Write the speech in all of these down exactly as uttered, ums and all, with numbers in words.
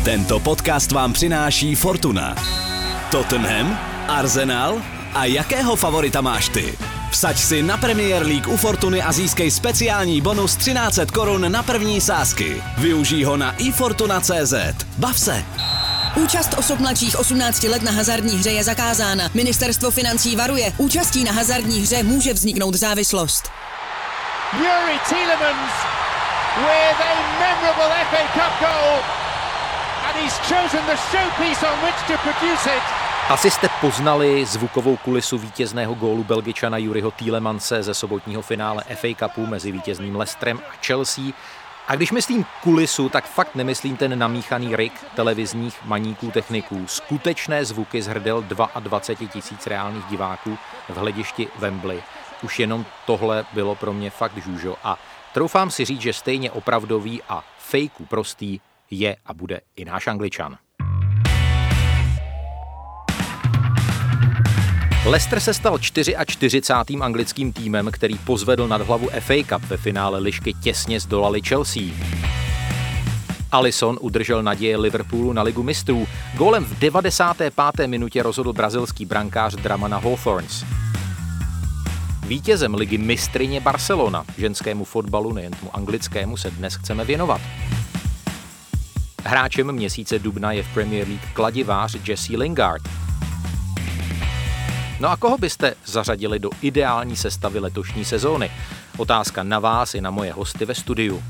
Tento podcast vám přináší Fortuna. Tottenham, Arsenal a jakého favorita máš ty? Vsaď si na Premier League u Fortuny a získej speciální bonus třináct set korun na první sázky. Využij ho na i fortuna tečka cé zet. Bav se! Účast osob mladších osmnácti let na hazardní hře je zakázána. Ministerstvo financí varuje, účastí na hazardní hře může vzniknout závislost. Yuri Tielemans with a memorable F A Cup goal and he's chosen the showpiece on which to produce it. Asi jste poznali zvukovou kulisu vítězného gólu Belgičana Yuriho Tielemance ze sobotního finále F A Cupu mezi vítězným Leicesterem a Chelsea. A když myslím kulisu, tak fakt nemyslím ten namíchaný rig televizních maníků techniků. Skutečné zvuky z hrdel dvacet dva tisíc reálných diváků v hledišti Wembley. Už jenom tohle bylo pro mě fakt žůžo a troufám si říct, že stejně opravdový a fejku prostý je a bude i náš Angličan. Leicester se stal čtyřicátým čtvrtým anglickým týmem, který pozvedl nad hlavu F A Cup ve finále lišky těsně zdolali Chelsea. Alisson udržel naděje Liverpoolu na ligu mistrů. Gólem v devadesáté páté minutě rozhodl brazilský brankář Dramana Hawthorns. Vítězem ligy mistryně Barcelona, ženskému fotbalu, nejen tomu anglickému, se dnes chceme věnovat. Hráčem měsíce dubna je v Premier League kladivář Jesse Lingard. No a koho byste zařadili do ideální sestavy letošní sezóny? Otázka na vás i na moje hosty ve studiu.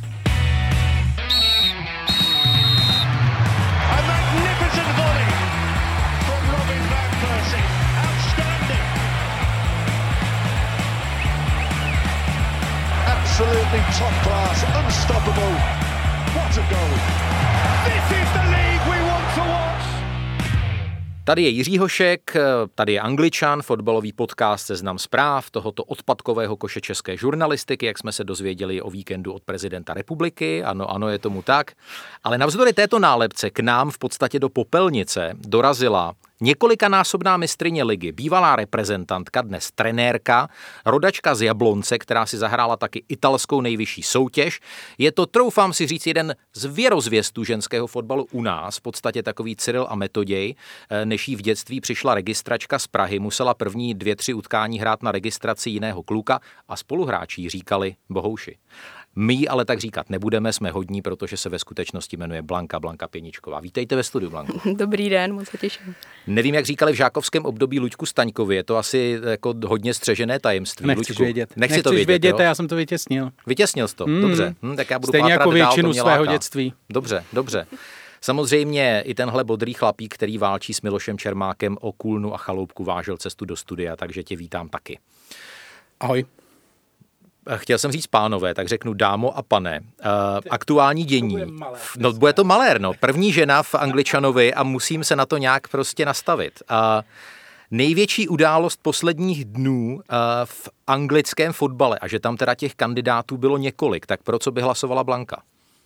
Absolutely top class, unstoppable. What a goal. This is the league we want to watch. Tady je Jiří Hošek, tady je Angličan, fotbalový podcast Seznam zpráv tohoto odpadkového koše české žurnalistiky, jak jsme se dozvěděli o víkendu od prezidenta republiky. Ano, ano, je tomu tak. Ale navzdory této nálepce k nám v podstatě do popelnice dorazila několikanásobná mistryně ligy, bývalá reprezentantka, dnes trenérka, rodačka z Jablonce, která si zahrála taky italskou nejvyšší soutěž. Je to, troufám si říct, jeden z věrozvěstů ženského fotbalu u nás, v podstatě takový Cyril a Metoděj. Než jí v dětství přišla registračka z Prahy, musela první dvě, tři utkání hrát na registraci jiného kluka a spoluhráči jí říkali bohouši. My ale tak říkat nebudeme, jsme hodní, protože se ve skutečnosti jmenuje Blanka, Blanka Pěničková. Vítejte ve studiu, Blanko. Dobrý den, moc se těším. Nevím, jak říkali v žákovském období Luďku Staňkovi, je to asi jako hodně střežené tajemství. Nechceš Luďku, vědět. Nechci Nechceš to vědět, vědět, jo? já jsem to vytěsnil. Vytěsnil jsi to, mm. Dobře. Hm, tak já budu Stejně pátrat jako dál, většinu to mě svého láká. dětství. Dobře, dobře. Samozřejmě i tenhle bodrý chlapík, který válčí s Milošem Čermákem o Kůlnu a Chaloupku, vážil cestu do studia, takže tě vítám taky. Ahoj. Chtěl jsem říct pánové, tak řeknu dámo a pane. Uh, aktuální dění. No, bude to malér, no. První žena v Angličanovi a musím se na to nějak prostě nastavit. Uh, největší událost posledních dnů uh, v anglickém fotbale a že tam teda těch kandidátů bylo několik, tak pro co by hlasovala Blanka?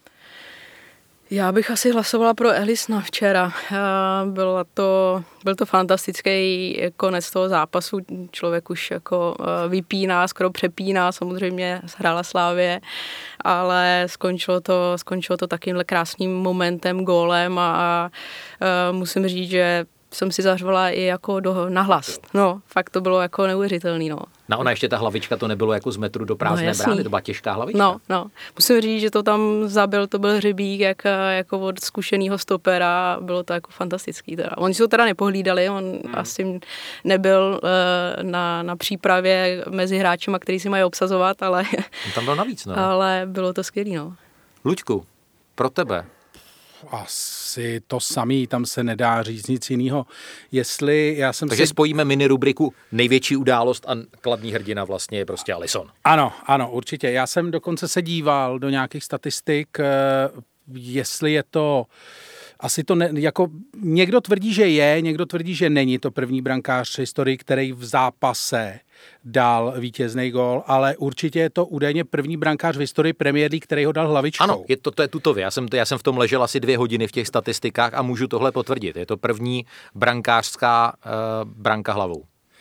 Já bych asi hlasovala pro Ellisona včera. Bylo to, byl to fantastický konec toho zápasu. Člověk už jako vypíná, skoro přepíná, samozřejmě hrála Slavie, ale skončilo to, skončilo to takýmhle krásným momentem, gólem a, a musím říct, že jsem si zařvala i jako do, nahlas. No, fakt to bylo jako neuvěřitelný, no. No ona ještě ta hlavička, to nebylo jako z metru do prázdné no, brány, to byla těžká hlavička. No, no. Musím říct, že to tam zabil, to byl Hřebík jak, jako od zkušenýho stopera, bylo to jako fantastický teda. Oni si to teda nepohlídali, on hmm. asi nebyl uh, na, na přípravě mezi hráčima, který si mají obsazovat, ale... On tam byl navíc, no. Ale bylo to skvělý, no. Luďku, pro tebe. Asi to samý, tam se nedá říct nic jiného. Jestli já jsem Takže si... spojíme mini rubriku největší událost a kladný hrdina vlastně je prostě Alisson. Ano, ano, určitě. Já jsem dokonce se díval do nějakých statistik, jestli je to... Asi to ne, jako někdo tvrdí, že je, někdo tvrdí, že není to první brankář v historii, který v zápase dal vítězný gól, ale určitě je to údajně první brankář v historii Premier League, který ho dal hlavičkou. Ano, je to, to je tutově. Já jsem, já jsem v tom ležel asi dvě hodiny v těch statistikách a můžu tohle potvrdit. Je to první brankářská uh, branka hlavou.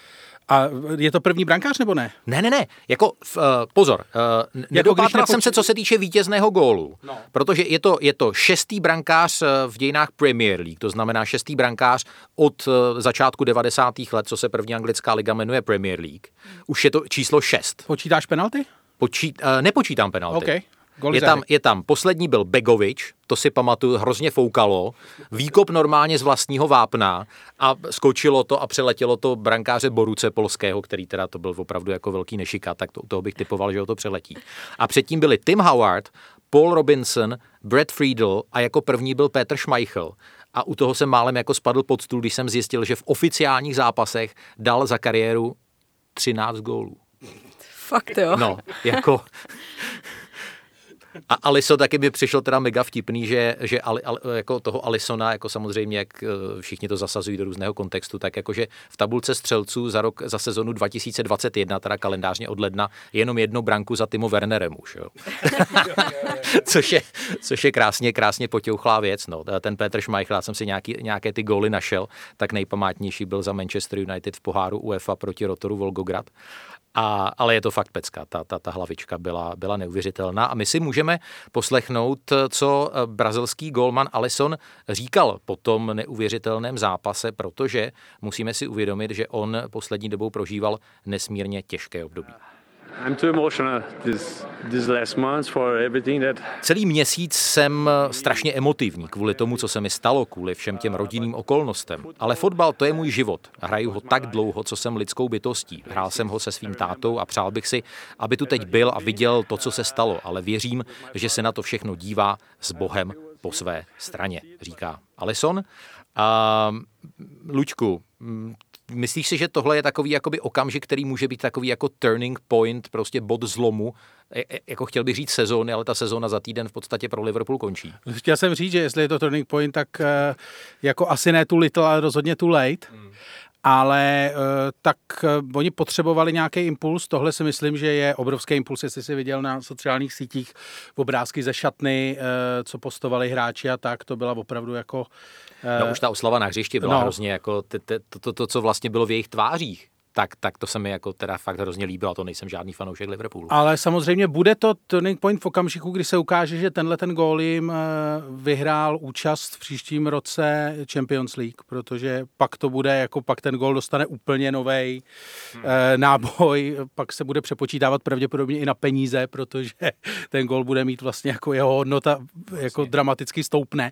A je to první brankář nebo ne? Ne, ne, ne. Jako, uh, pozor, uh, nedopátral nepoč... jsem se, co se týče vítězného gólu, no. Protože je to, je to šestý brankář v dějinách Premier League, to znamená šestý brankář od uh, začátku devadesátých let, co se první anglická liga jmenuje Premier League. Už je to číslo šest. Počítáš penalty? Počít, uh, nepočítám penalty. Okay. Je tam, je tam, poslední byl Begovič, to si pamatuju, hrozně foukalo, výkop normálně z vlastního vápna a skočilo to a přeletělo to brankáře Boruce polského, který teda to byl opravdu jako velký nešika, tak to, toho bych typoval, že ho to přeletí. A předtím byli Tim Howard, Paul Robinson, Brad Friedel a jako první byl Petr Schmeichel. A u toho jsem málem jako spadl pod stůl, když jsem zjistil, že v oficiálních zápasech dal za kariéru třináct gólů. Fakt jo. No, jako... A Alisson taky by přišlo teda mega vtipný, že, že Ali, al, jako toho Alissona, jako samozřejmě, jak všichni to zasazují do různého kontextu, tak jakože v tabulce střelců za rok, za sezonu dva tisíce dvacet jedna, teda kalendářně od ledna, jenom jednu branku za Timo Wernerem už, jo. což, je, což je krásně, krásně potěuchlá věc, no. Ten Petr Schmeichel, já jsem si nějaký, nějaké ty góly našel, tak nejpamátnější byl za Manchester United v poháru UEFA proti Rotoru Volgograd. A, ale je to fakt pecka, ta, ta, ta hlavička byla, byla neuvěřitelná a my si můžeme poslechnout, co brazilský gólman Alisson říkal po tom neuvěřitelném zápase, protože musíme si uvědomit, že on poslední dobou prožíval nesmírně těžké období. I'm too emotional this, this last month for everything that... Celý měsíc jsem strašně emotivní kvůli tomu, co se mi stalo, kvůli všem těm rodinným okolnostem. Ale fotbal, to je můj život. Hraju ho tak dlouho, co jsem lidskou bytostí. Hrál jsem ho se svým tátou a přál bych si, aby tu teď byl a viděl to, co se stalo. Ale věřím, že se na to všechno dívá s Bohem po své straně, říká Alisson. A Luďku, myslíš si, že tohle je takový jakoby okamžik, který může být takový jako turning point, prostě bod zlomu, jako chtěl bych říct sezóny, ale ta sezóna za týden v podstatě pro Liverpool končí. Chtěl jsem říct, že jestli je to turning point, tak jako asi ne too little, ale rozhodně too late. Hmm. Ale tak oni potřebovali nějaký impuls, tohle si myslím, že je obrovský impuls, jestli jsi viděl na sociálních sítích obrázky ze šatny, co postovali hráči a tak, to byla opravdu jako... No už ta oslava na hřišti byla no. hrozně jako to, to, to, co vlastně bylo v jejich tvářích. Tak, tak to se mi jako teda fakt hrozně líbilo a to nejsem žádný fanoušek Liverpoolu. Ale samozřejmě bude to turning point v okamžiku, kdy se ukáže, že tenhle ten gól jim vyhrál účast v příštím roce Champions League, protože pak to bude, jako pak ten gól dostane úplně novej hmm. náboj, pak se bude přepočítávat pravděpodobně i na peníze, protože ten gól bude mít vlastně jako jeho hodnota jako dramaticky stoupne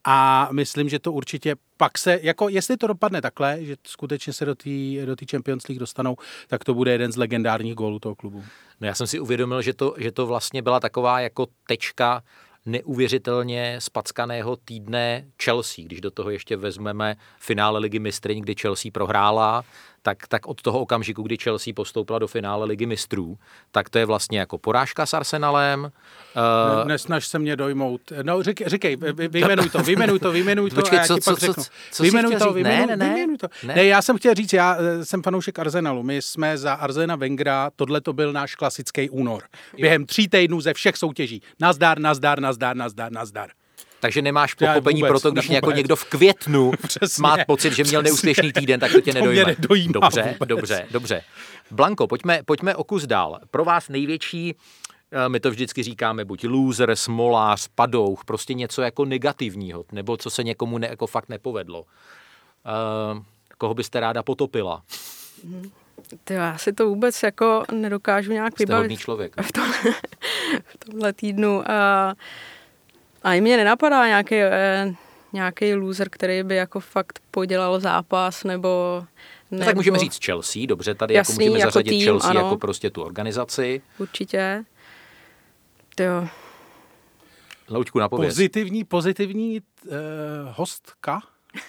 a myslím, že to určitě pak se, jako jestli to dopadne takhle, že skutečně se do té do té Champions League dostanou, tak to bude jeden z legendárních gólů toho klubu. No já jsem si uvědomil, že to, že to vlastně byla taková jako tečka neuvěřitelně spackaného týdne Chelsea, když do toho ještě vezmeme finále Ligy mistrů, kdy Chelsea prohrála, tak, tak od toho okamžiku, kdy Chelsea postoupila do finále Ligy mistrů, tak to je vlastně jako porážka s Arsenalem. Uh... Nesnaž se mě dojmout. No, říkej, říkej vyjmenuj to, vyjmenuj to, vyjmenuj to. Počkej, a já co, ti co, pak co, řeknu. co, co vyjmenuj to, vyjmenuj, ne, ne, vyjmenuj to. Ne. ne, já jsem chtěl říct, já jsem fanoušek Arsenalu. My jsme za Arsena Wengera, tohle to byl náš klasický únor. Během tří týdnů ze všech soutěží. Nazdar, nazdar, nazdar, nazdar, nazdar. Takže nemáš pochopení vůbec, pro to, když vůbec. Jako někdo v květnu Přesně, má pocit, že měl neúspěšný týden, tak to tě nedojme. To mě dobře, vůbec. dobře, dobře. Blanko, pojďme, pojďme o kus dál. Pro vás největší, my to vždycky říkáme, buď loser, smolář, padouch, prostě něco jako negativního, nebo co se někomu ne, jako fakt nepovedlo. Uh, koho byste ráda potopila? Ty, já si to vůbec jako nedokážu nějak Jste vybavit. hodný člověk. V, tom, v tomhle týdnu. A, a i mě nenapadá nějaký, nějaký loser, který by jako fakt podělal zápas, nebo... No tak můžeme říct Chelsea, dobře, tady jasný, jako můžeme jako zařadit tým, Chelsea ano. jako prostě tu organizaci. Určitě. Jo. Loučku, napověz. Pozitivní, pozitivní uh, hostka.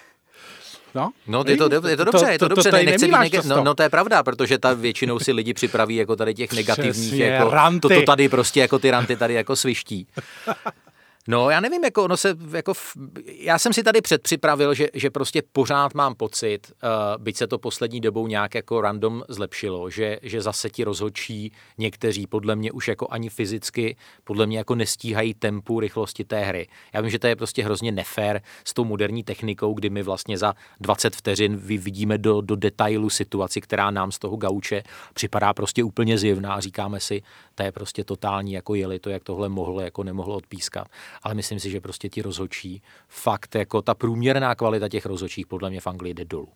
No, no je, to, je to dobře, je to, to dobře, to, to ne, nechce být neg- často. no, no to je pravda, protože ta většinou si lidi připraví jako tady těch negativních, Přesně, jako ranty. toto tady prostě jako ty ranty tady jako sviští. No, já nevím, jako ono se, jako, já jsem si tady předpřipravil, že, že prostě pořád mám pocit, uh, byť se to poslední dobou nějak jako random zlepšilo, že, že zase ti rozhodčí někteří podle mě už jako ani fyzicky, podle mě jako nestíhají tempu rychlosti té hry. Já vím, že to je prostě hrozně nefér s tou moderní technikou, kdy my vlastně za dvacet vteřin vidíme do, do detailu situaci, která nám z toho gauče připadá prostě úplně zjevná a říkáme si, to je prostě totální, jako jeli to, jak tohle mohlo, jako nemohlo odpískat. Ale myslím si, že prostě ti rozhodčí, fakt jako ta průměrná kvalita těch rozhodčích podle mě v Anglii jde dolů.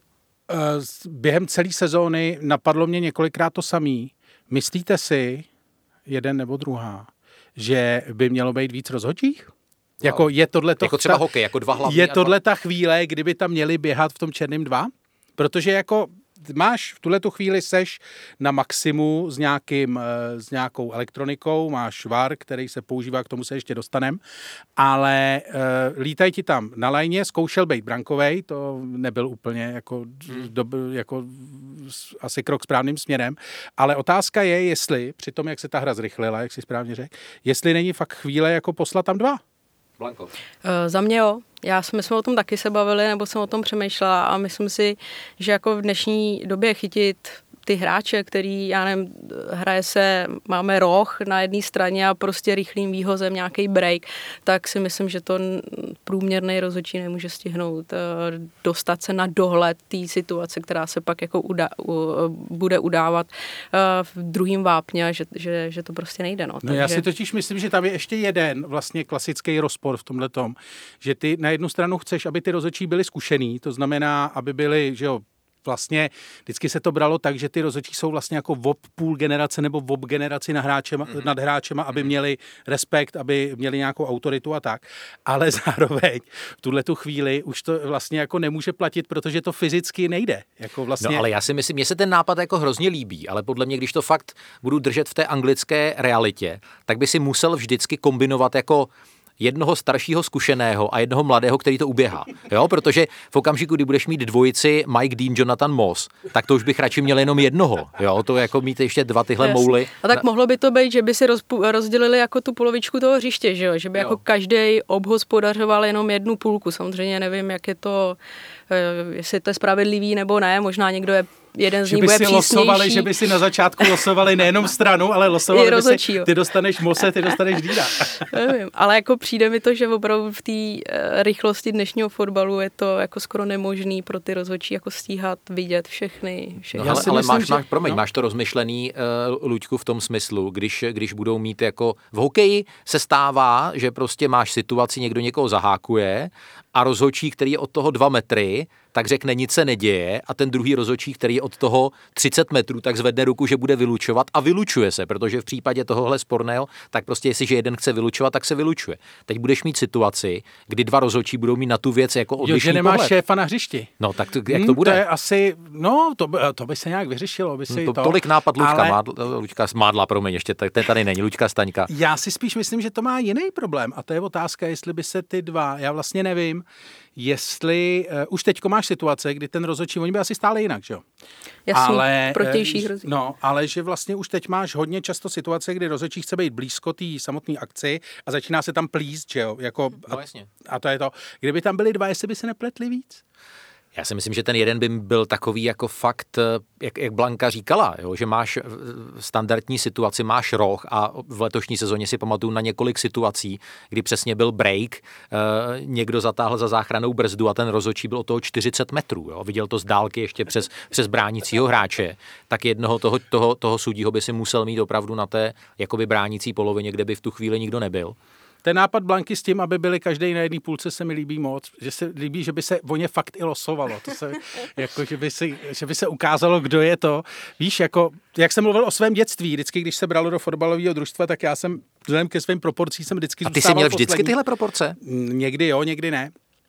Během celé sezóny napadlo mě několikrát to samý. Myslíte si, jeden nebo druhá, že by mělo být víc rozhodčích? Jako je tohleto, jako třeba ta, hokej, jako dva hlavní. Je tohle ta chvíle, kdyby tam měli běhat v tom černém dva? Protože jako máš v tuhletu chvíli seš na maximu s, nějakým, s nějakou elektronikou, máš var, který se používá, k tomu se ještě dostanem, ale uh, lítají ti tam na lajně, zkoušel být brankovej, to nebyl úplně jako, hmm. do, jako asi krok správným směrem, ale otázka je, jestli, při tom, jak se ta hra zrychlila, jak si správně řekl, jestli není fakt chvíle jako poslat tam dva. Blanko. Uh, za mě jo. Já jsme, jsme o tom taky se bavili, nebo jsem o tom přemýšlela a myslím si, že jako v dnešní době chytit ty hráče, který, já nevím, hraje se, máme roh na jedné straně a prostě rychlým výhozem nějaký break, tak si myslím, že to průměrný rozhodčí nemůže stihnout dostat se na dohled té situace, která se pak jako uda, bude udávat v druhém vápně, že, že, že to prostě nejde. No. No Takže... já si totiž myslím, že tam je ještě jeden vlastně klasický rozpor v tomhletom, že ty na jednu stranu chceš, aby ty rozhodčí byli zkušený, to znamená, aby byli, že jo, vlastně vždycky se to bralo tak, že ty rozhodčí jsou vlastně jako ob půl generace nebo ob generaci nad hráčema, mm-hmm. nad hráčema, aby měli respekt, aby měli nějakou autoritu a tak. Ale zároveň v tuhletu chvíli už to vlastně jako nemůže platit, protože to fyzicky nejde. Jako vlastně... No ale já si myslím, mně se ten nápad jako hrozně líbí, ale podle mě, když to fakt budu držet v té anglické realitě, tak by si musel vždycky kombinovat jako jednoho staršího zkušeného a jednoho mladého, který to uběhá. Jo, protože v okamžiku, kdy budeš mít dvojici Mike Dean, Jonathan Moss, tak to už bych radši měl jenom jednoho. Jo, to jako mít ještě dva tyhle Jasně. mouly. A tak mohlo by to být, že by si rozpu- rozdělili jako tu polovičku toho hřiště, že jo, že by jo. jako každý obhospodařoval jenom jednu půlku. Samozřejmě nevím, jak je to, jestli to je spravedlivý nebo ne, možná někdo je jeden z nich bude přísnější. Losovali, že by si na začátku losovali nejenom stranu, ale losovali by si, ty dostaneš Mose, ty dostaneš Dína. Nevím, ale jako přijde mi to, že opravdu v té uh, rychlosti dnešního fotbalu je to jako skoro nemožný pro ty rozhodčí jako stíhat, vidět všechny. všechny. No, ale ale myslím, máš, že... máš, promiň, no. máš to rozmyšlený, uh, Luďku, v tom smyslu, když, když budou mít jako v hokeji se stává, že prostě máš situaci, někdo někoho zahákuje a rozhodčí, který je od toho dva metry, tak řekne, nic se neděje a ten druhý rozhodčí, který je od toho třicet metrů, tak zvedne ruku, že bude vylučovat a vylučuje se, protože v případě tohohle sporného, tak prostě jestliže jeden chce vylučovat, tak se vylučuje. Teď budeš mít situaci, kdy dva rozhodčí budou mít na tu věc jako odlišný jo, že nemáš pohled. šéfa na hřišti. No tak to, jak to bude? Hmm, to je asi, no to, to by se nějak vyřešilo. By si to, to, tolik nápad Luďka, ale... Mádla, Luďka Mádla, promiň, ještě ten tady není, Luďka Staňka. Já si spíš myslím, že to má jiný problém a to je otázka, jestli by se ty dva, já vlastně nevím, jestli, uh, už teďko máš situace, kdy ten rozhodčí, oni by asi stále jinak, že jo? Jasný, ale, protější hrozí. No, ale že vlastně už teď máš hodně často situace, kdy rozhodčí chce být blízko té samotné akci a začíná se tam plíst, že jo? Jako, no, jasně. A, a to je to. Kdyby tam byli dva, jestli by se nepletli víc? Já si myslím, že ten jeden by byl takový jako fakt, jak, jak Blanka říkala, jo, že máš standardní situaci, máš roh a v letošní sezóně si pamatuju na několik situací, kdy přesně byl break, eh, někdo zatáhl za záchrannou brzdu a ten rozhodčí byl od toho čtyřicet metrů, jo, viděl to z dálky ještě přes, přes bránícího hráče, tak jednoho toho, toho, toho sudího by si musel mít opravdu na té jakoby bránící polovině, kde by v tu chvíli nikdo nebyl. Ten nápad Blanky s tím, aby byli každý na jedné půlce, se mi líbí moc. Že se líbí, že by se o ně fakt i losovalo. To se, jako, že, by si, že by se ukázalo, kdo je to. Víš, jako, jak jsem mluvil o svém dětství, vždycky, když se bralo do fotbalového družstva, tak já jsem vzhledem ke svým proporcím jsem vždycky zůstával. A ty jsi měl vždycky poslední. Tyhle proporce? Někdy jo, někdy ne.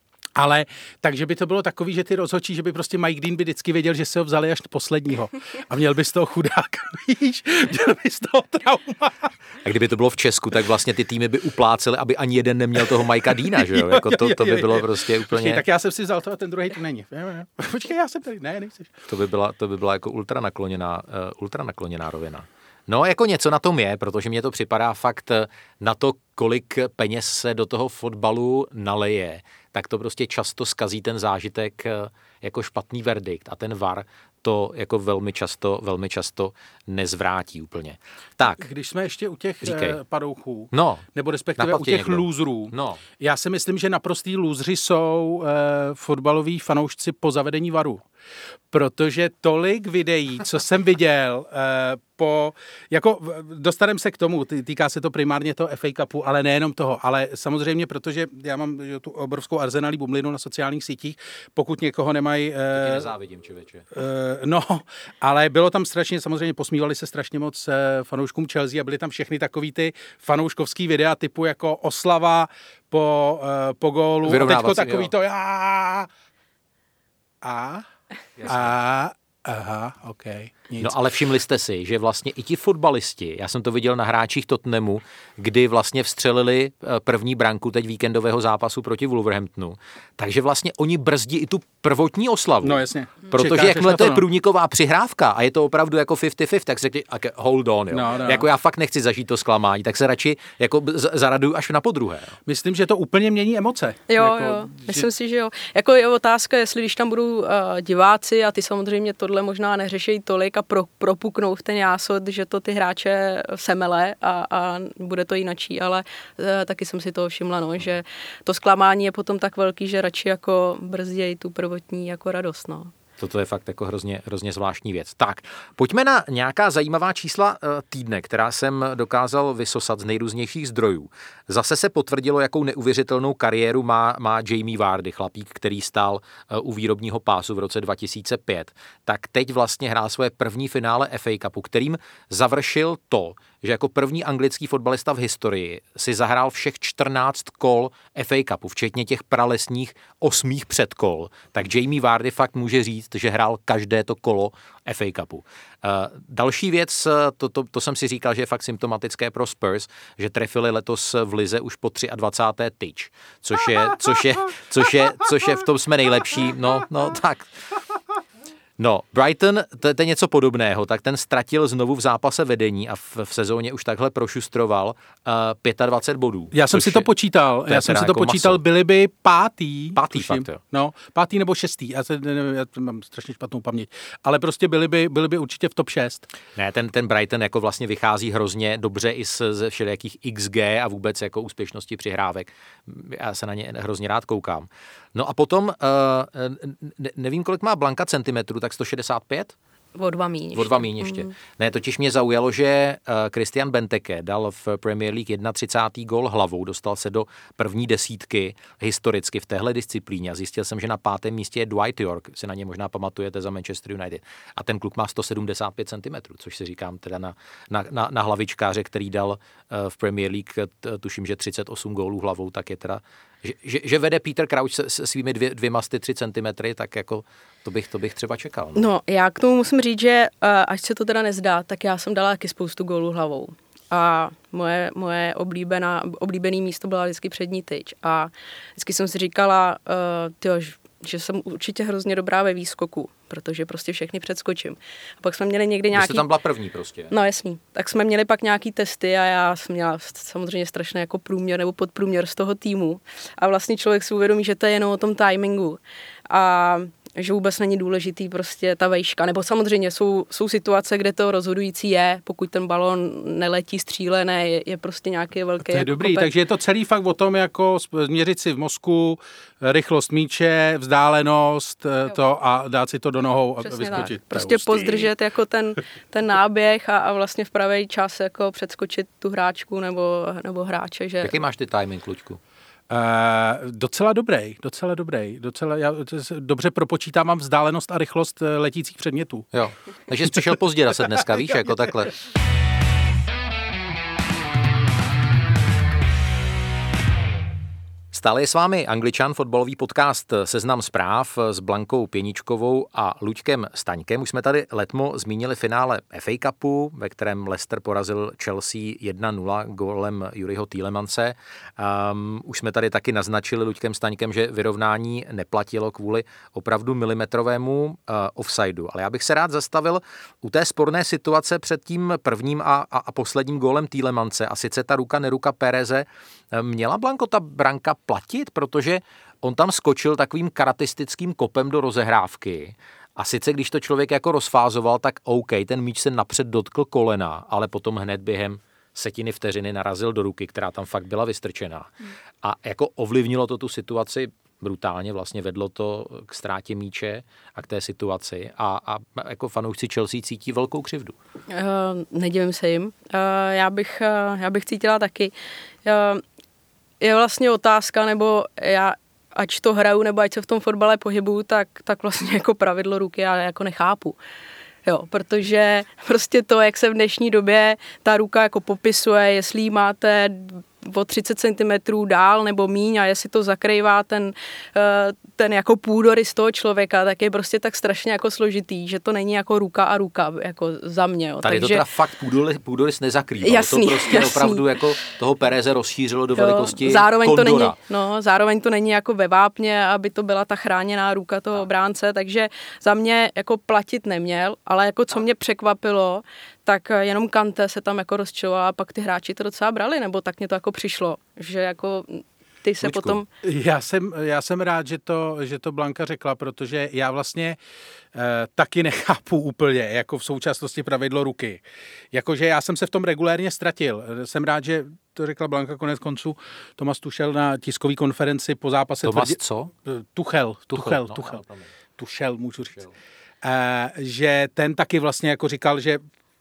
Ale takže by to bylo takový, že ty rozhodčí, že by prostě Mike Dean by vždycky věděl, že se ho vzali až posledního. A měl by z toho chudáka, víš, měl by z toho trauma. A kdyby to bylo v Česku, tak vlastně ty týmy by uplácely, aby ani jeden neměl toho Mikea Deana, že jo? Jako to, to by bylo prostě úplně... Počkej, tak já jsem si vzal to a ten druhý tu není. Počkej, já jsem tady, ne, nejseš. To by byla, to by byla jako ultra nakloněná, uh, ultra nakloněná rovina. No, jako něco na tom je, protože mně to připadá fakt na to, kolik peněz se do toho fotbalu naleje, tak to prostě často zkazí ten zážitek jako špatný verdikt a ten V A R to jako velmi často, velmi často nezvrátí úplně. Tak. Když jsme ještě u těch Říkej. padouchů, no, nebo respektive u těch lůzrů, no. já si myslím, že naprostý lůzři jsou eh, fotbaloví fanoušci po zavedení V A R u. Protože tolik videí, co jsem viděl, eh, po, jako dostaneme se k tomu, týká se to primárně toho F A Cupu, ale nejenom toho, ale samozřejmě, protože já mám že, tu obrovskou arzenálí bumlinu na sociálních sítích, pokud někoho nemají... Eh, nezávidím, člověče. Eh, no, ale bylo tam strašně, samozřejmě posmívali se strašně moc eh, fanouškům Chelsea a byly tam všechny takový ty fanouškovský videa typu jako oslava po, eh, po gólu a teďko takový jo. to já a a aha, OK. Nic. No ale všimli jste si, že vlastně i ti fotbalisti, já jsem to viděl na hráčích Tottenhamu, kdy vlastně vstřelili první branku teď víkendového zápasu proti Wolverhamptonu, takže vlastně oni brzdí i tu prvotní oslavu. No jasně. Protože Čekáš jakmile to je no. průniková přihrávka a je to opravdu jako padesát na padesát, tak se okay, hold on, jo. No, no. Jako já fakt nechci zažít to zklamání, tak se radši jako zaraduju až na podruhé. Jo. Myslím, že to úplně mění emoce. Jo, jako, jo, že... myslím si, že jo. Jako je otázka, jestli když tam budou uh, diváci a ty samozřejmě tohle možná neřešejí tolik a pro, propuknou v ten jásot, že to ty hráče semele a, a bude to jinačí, ale uh, taky jsem si toho všimla, no, že to zklamání je potom tak velký, že radši jako brzdějí tu prvotní jako radost, no. Toto je fakt jako hrozně, hrozně zvláštní věc. Tak, pojďme na nějaká zajímavá čísla týdne, která jsem dokázal vysosat z nejrůznějších zdrojů. Zase se potvrdilo, jakou neuvěřitelnou kariéru má, má Jamie Vardy, chlapík, který stál u výrobního pásu v roce dva tisíce pět. Tak teď vlastně hrál svoje první finále F A Cupu, kterým završil to, že jako první anglický fotbalista v historii si zahrál všech čtrnáct kol F A Cupu, včetně těch pralesních osmých předkol. Tak Jamie Vardy fakt může říct, že hrál každé to kolo F A Cupu. Uh, další věc, to, to, to jsem si říkal, že je fakt symptomatické pro Spurs, že trefili letos v lize už po dvacáté třetí tyč, což je, což je, což je, což je v tom jsme nejlepší, no, no tak... No, Brighton, to, to je něco podobného, tak ten ztratil znovu v zápase vedení a v, v sezóně už takhle prošustroval uh, dvacet pět bodů. Já jsem si to počítal, to já jsem si to jako počítal, maso. Byli by pátý. Pátý fakt, jo. No, pátý nebo šestý, já, se, nevím, já mám strašně špatnou paměť, ale prostě byli by, byli by určitě v top šest. Ne, ten, ten Brighton jako vlastně vychází hrozně dobře i z, ze všelijakých X G a vůbec jako úspěšnosti přihrávek. Já se na ně hrozně rád koukám. No a potom, uh, ne, nevím, kolik má Blanka centimetrů, tak sto šedesát pět? O dva míň ještě. O dva míň ještě. Mm. Ne, totiž mě zaujalo, že uh, Christian Benteke dal v Premier League třicátý první gól hlavou, dostal se do první desítky historicky v téhle disciplíně a zjistil jsem, že na pátém místě je Dwight York, si na ně možná pamatujete za Manchester United. A ten kluk má sto sedmdesát pět centimetrů, což si říkám teda na, na, na, na hlavičkáře, který dal uh, v Premier League, t, tuším, že třicet osm gólů hlavou, tak je teda Že, že, že vede Peter Crouch se, se svými dvě, dvěma sty tři centimetry, tak jako to bych, to bych třeba čekal. No. no, já k tomu musím říct, že až se to teda nezdá, tak já jsem dala taky spoustu gólů hlavou. A moje, moje oblíbená, oblíbený místo byla vždycky přední tyč. A vždycky jsem si říkala, uh, tyjo, že jsem určitě hrozně dobrá ve výskoku, protože prostě všechny předskočím. A pak jsme měli někdy nějaký... Vy jste tam byla první prostě. No jasný. Tak jsme měli pak nějaký testy a já jsem měla samozřejmě strašně jako průměr nebo podprůměr z toho týmu. A vlastně člověk si uvědomí, že to je jenom o tom timingu. A že vůbec není důležitý prostě ta vejška. Nebo samozřejmě jsou, jsou situace, kde to rozhodující je, pokud ten balon neletí střílené, je, je prostě nějaký velký... To je jako dobrý, kopec. Takže je to celý fakt o tom, jako změřit si v mozku rychlost míče, vzdálenost jo. to a dát si to do nohou a vyskočit. Prostě pozdržet jako ten, ten náběh a, a vlastně v pravý čas jako předskočit tu hráčku nebo, nebo hráče. Že... Jaký máš ty timing, Luďku? Uh, docela dobrý, docela dobrý. Docela, já dobře propočítávám vzdálenost a rychlost letících předmětů. Jo, takže jsi přišel pozdě zase dneska, víš, jako takhle. Stále je s vámi Angličan, fotbalový podcast Seznam zpráv s Blankou Pěničkovou a Luďkem Staňkem. Už jsme tady letmo zmínili finále F A Cupu, ve kterém Leicester porazil Chelsea jedna nula gólem Juriho Tielemance. Um, už jsme tady taky naznačili Luďkem Staňkem, že vyrovnání neplatilo kvůli opravdu milimetrovému uh, offsideu. Ale já bych se rád zastavil u té sporné situace před tím prvním a, a, a posledním gólem Tielemance, a sice ta ruka neruka Péreze. Měla, Blanko, ta branka platit, protože on tam skočil takovým karatistickým kopem do rozehrávky a sice když to člověk jako rozfázoval, tak OK, ten míč se napřed dotkl kolena, ale potom hned během setiny vteřiny narazil do ruky, která tam fakt byla vystrčená. A jako ovlivnilo to tu situaci brutálně, vlastně vedlo to k ztrátě míče a k té situaci a, a jako fanoušci Chelsea cítí velkou křivdu. Uh, nedivím se jim. Uh, já, bych, uh, já bych cítila taky. Uh, je vlastně otázka, nebo já, ať to hraju, nebo ať se v tom fotbale pohybuju, tak, tak vlastně jako pravidlo ruky já jako nechápu. Jo, protože prostě to, jak se v dnešní době ta ruka jako popisuje, jestli máte o třicet centimetrů dál nebo míň a jestli to zakrývá ten, ten jako půdorys toho člověka, tak je prostě tak strašně jako složitý, že to není jako ruka a ruka, jako za mě. Jo. Tady Takže, to teda fakt půdorys, půdorys nezakrývá. Jasný, to prostě jasný. Opravdu jako toho Péreze rozšířilo do velikosti zároveň kondora. To není, no, zároveň to není jako ve vápně, aby to byla ta chráněná ruka toho obránce, takže za mě jako platit neměl, ale jako co mě překvapilo, tak jenom Kanté se tam jako rozčiloval a pak ty hráči to docela brali, nebo tak mě to jako přišlo, že jako ty se Lučku. potom... Já jsem, já jsem rád, že to, že to Blanka řekla, protože já vlastně eh, taky nechápu úplně, jako v současnosti pravidlo ruky. Jakože já jsem se v tom regulérně ztratil. Jsem rád, že to řekla Blanka konec konců. Tomas Tuchel na tiskové konferenci po zápase... Tomas tvrdě, co? Tuchel. Tuchel. Tuchel. No, Tuchel. no, no, Tuchel, můžu říct. Eh, že ten taky vlastně jako říkal, že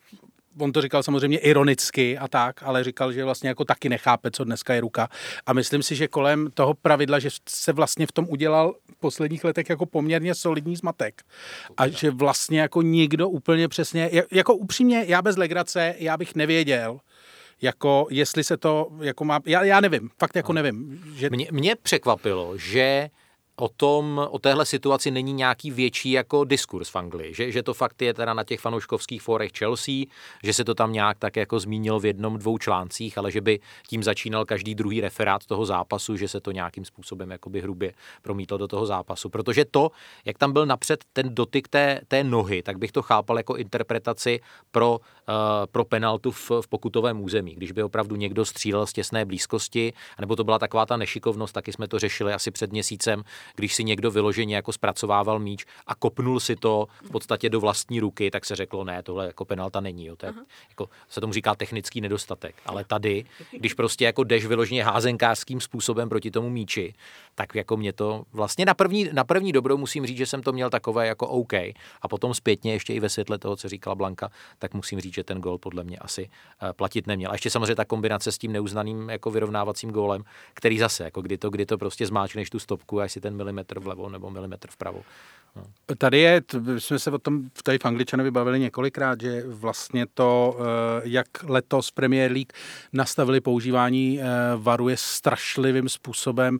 on to říkal samozřejmě ironicky a tak, ale říkal, že vlastně jako taky nechápe, co dneska je ruka. A myslím si, že kolem toho pravidla, že se vlastně v tom udělal v posledních letech jako poměrně solidní zmatek. A že vlastně jako nikdo úplně přesně, jako upřímně, já bez legrace, já bych nevěděl, jako jestli se to, jako má, já, já nevím, fakt jako nevím. Že... Mě, mě překvapilo, že o tom, o téhle situaci není nějaký větší jako diskurs v Anglii, že, že to fakt je teda na těch fanouškovských fórech Chelsea, že se to tam nějak tak jako zmínilo v jednom, dvou článcích, ale že by tím začínal každý druhý referát toho zápasu, že se to nějakým způsobem jakoby hrubě promítlo do toho zápasu, protože to, jak tam byl napřed ten dotyk té, té nohy, tak bych to chápal jako interpretaci pro, uh, pro penaltu v, v pokutovém území, když by opravdu někdo střílel z těsné blízkosti, nebo to byla taková ta nešikovnost, taky jsme to řešili asi před měsícem, když si někdo vyloženě jako zpracovával míč a kopnul si to v podstatě do vlastní ruky, tak se řeklo, ne, tohle jako penalta není. Jo. To je, jako, se tomu říká technický nedostatek. Ale tady, když prostě jako jdeš vyloženě házenkářským způsobem proti tomu míči, tak jako mě to vlastně na první, na první dobrou musím říct, že jsem to měl takové jako OK. A potom zpětně ještě i ve světle toho, co říkala Blanka, tak musím říct, že ten gól podle mě asi uh, platit neměl. A ještě samozřejmě ta kombinace s tím neuznaným jako vyrovnávacím gólem, který zase, jako kdy to, kdy to prostě zmáčkneš tu stopku a jestli ten milimetr vlevo nebo milimetr vpravo. No. Tady je, jsme se o tom tady v Angličanovi bavili několikrát, že vlastně to, jak letos Premier League nastavili používání varu, je strašlivým způsobem.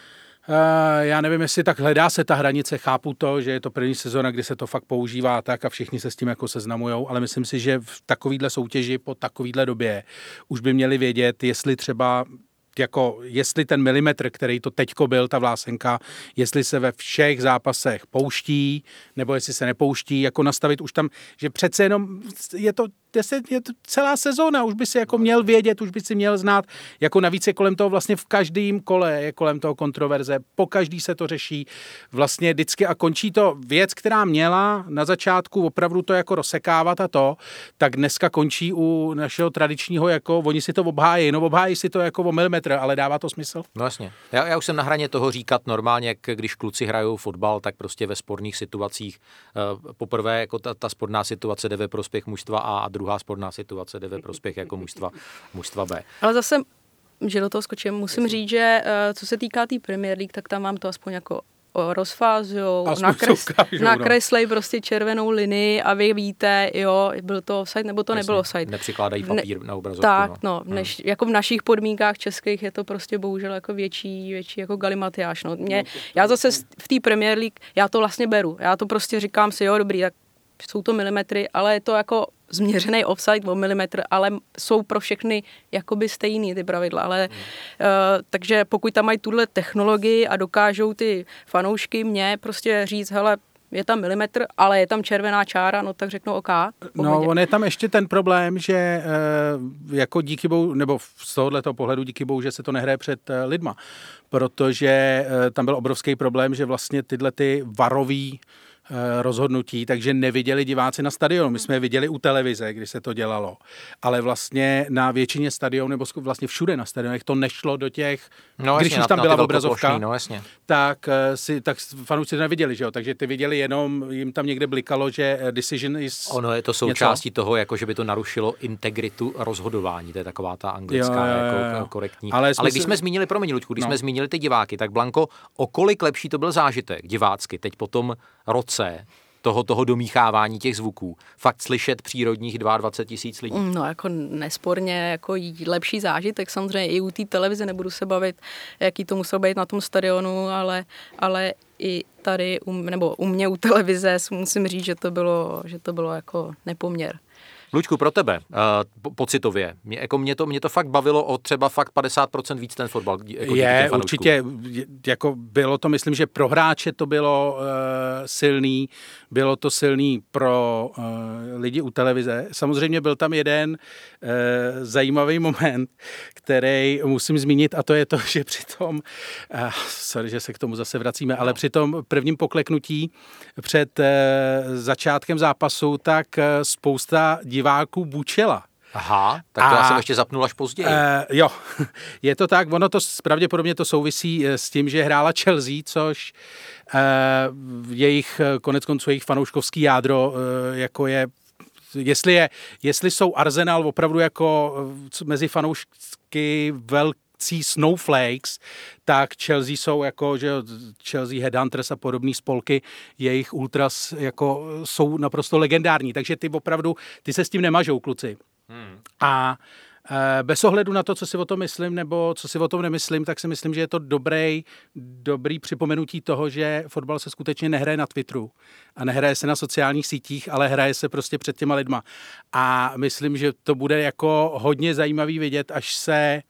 Já nevím, jestli tak hledá se ta hranice, chápu to, že je to první sezóna, kdy se to fakt používá tak a všichni se s tím jako seznamujou, ale myslím si, že v takovýhle soutěži po takovýhle době už by měli vědět, jestli třeba jako jestli ten milimetr, který to teďko byl, ta vlásenka, jestli se ve všech zápasech pouští, nebo jestli se nepouští, jako nastavit už tam, že přece jenom je to, je to celá sezóna, už by si jako měl vědět, už by si měl znát, jako navíc je kolem toho vlastně v každém kole je kolem toho kontroverze, po každý se to řeší vlastně vždycky a končí to věc, která měla na začátku opravdu to jako rozsekávat a to, tak dneska končí u našeho tradičního, jako oni si to obhájí, no obhájí si to jako o milimetr, ale dává to smysl? No jasně. Já, já už jsem na hraně toho říkat normálně, jak když kluci hrajou fotbal, tak prostě ve sporných situacích uh, poprvé jako ta, ta sporná situace jde ve prospěch mužstva A a druhá sporná situace jde ve prospěch jako mužstva, mužstva B. Ale zase, že do toho skočím, musím říct, že uh, co se týká té tý Premier League, tak tam mám to aspoň jako rozfázujou, nakres, nakreslej no. prostě červenou linii a vy víte, jo, byl to offside nebo to Jasně, nebylo offside. Nepřikládají papír ne, na obrazovku. Tak, no, no než, hmm. jako v našich podmínkách českých je to prostě bohužel jako větší, větší jako galimatiáš. No. Mě, já zase v té Premier League, já to vlastně beru. Já to prostě říkám si, jo, dobrý, tak jsou to milimetry, ale je to jako změřený offside o milimetr, ale jsou pro všechny jakoby stejný ty pravidla. Ale, hmm. uh, takže pokud tam mají tuhle technologii a dokážou ty fanoušky mě prostě říct, hele, je tam milimetr, ale je tam červená čára, no tak řeknu OK. No, on je tam ještě ten problém, že e, jako díky bohu, nebo z tohoto pohledu díky bohu, že se to nehraje před e, lidma, protože e, tam byl obrovský problém, že vlastně tyhle ty varový rozhodnutí, takže neviděli diváci na stadionu. My jsme je viděli u televize, když se to dělalo. Ale vlastně na většině stadionů, nebo vlastně všude na stadionech to nešlo do těch, no, když jasně, už tam na, byla na obrazovka, no, jasně. tak si tak fanoušci to neviděli, že jo? Takže ty viděli jenom, jim tam někde blikalo, že decision is Ono je to součástí něco. Toho, jako že by to narušilo integritu rozhodování. To je taková ta anglická jo, jo, jo. jako korektní. Ale, Ale když si... jsme zmínili, promiň, Luďku, když no. jsme zmínili ty diváky, tak Blanko, o kolik lepší to byl zážitek divácky teď po tom roce toho, toho domíchávání těch zvuků. Fakt slyšet přírodních dvacet dva tisíc lidí. No jako nesporně jako lepší zážitek. Samozřejmě i u té televize nebudu se bavit, jaký to muselo být na tom stadionu, ale, ale i tady, u, nebo u mě u televize musím říct, že to bylo, že to bylo jako nepoměr. Luďku, pro tebe, uh, pocitově, mě, jako mě, to, mě to fakt bavilo o třeba fakt padesát procent víc ten fotbal. Jako je, určitě, jako bylo to, myslím, že pro hráče to bylo uh, silný, bylo to silný pro uh, lidi u televize. Samozřejmě byl tam jeden uh, zajímavý moment, který musím zmínit, a to je to, že při tom, uh, sorry, že se k tomu zase vracíme, no. ale při tom prvním pokleknutí před uh, začátkem zápasu, tak uh, spousta diváků bučela. Aha, tak to a, já jsem ještě zapnul až později. Uh, jo, je to tak, ono to pravděpodobně to souvisí s tím, že hrála Chelsea, což uh, jejich, konec konců jejich fanouškovský jádro, uh, jako je, jestli je, jestli jsou Arsenal opravdu jako mezi fanoušky velcí snowflakes, tak Chelsea jsou jako, že Chelsea Headhunters a podobné spolky, jejich ultras jako jsou naprosto legendární, takže ty opravdu, ty se s tím nemažou, kluci. Hmm. A e, bez ohledu na to, co si o tom myslím, nebo co si o tom nemyslím, tak si myslím, že je to dobrý, dobrý připomenutí toho, že fotbal se skutečně nehraje na Twitteru a nehraje se na sociálních sítích, ale hraje se prostě před těma lidma. A myslím, že to bude jako hodně zajímavý vidět, až se,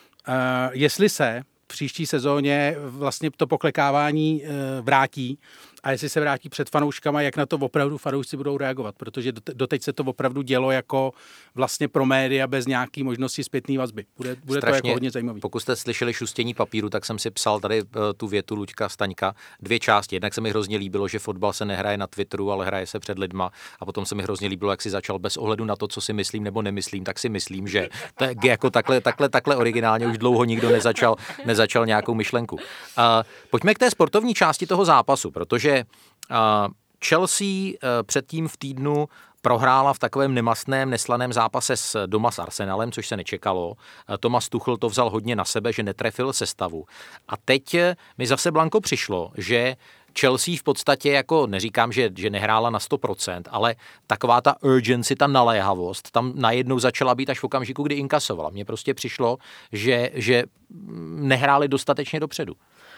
e, jestli se v příští sezóně vlastně to poklekávání e, vrátí, a jestli se vrátí před fanouškama, jak na to opravdu fanoušci budou reagovat, protože doteď se to opravdu dělo jako vlastně pro média bez nějaký možnosti zpětné vazby. Bude, bude to jako hodně zajímavý. Pokud jste slyšeli šustění papíru, tak jsem si psal tady uh, tu větu Luďka Staňka, dvě části. Jednak se mi hrozně líbilo, že fotbal se nehraje na Twitteru, ale hraje se před lidma, a potom se mi hrozně líbilo, jak si začal bez ohledu na to, co si myslím nebo nemyslím, tak si myslím, že tak jako takhle, takhle, takhle originálně už dlouho nikdo nezačal, nezačal nějakou myšlenku. Uh, pojďme k té sportovní části toho zápasu, protože Uh, Chelsea uh, předtím v týdnu prohrála v takovém nemastném, neslaném zápase s doma s Arsenalem, což se nečekalo. Uh, Thomas Tuchel to vzal hodně na sebe, že netrefil sestavu. A teď uh, mi zase, Blanko, přišlo, že Chelsea v podstatě, jako neříkám, že, že nehrála na sto procent, ale taková ta urgency, ta naléhavost, tam najednou začala být až v okamžiku, kdy inkasovala. Mně prostě přišlo, že, že nehráli dostatečně dopředu.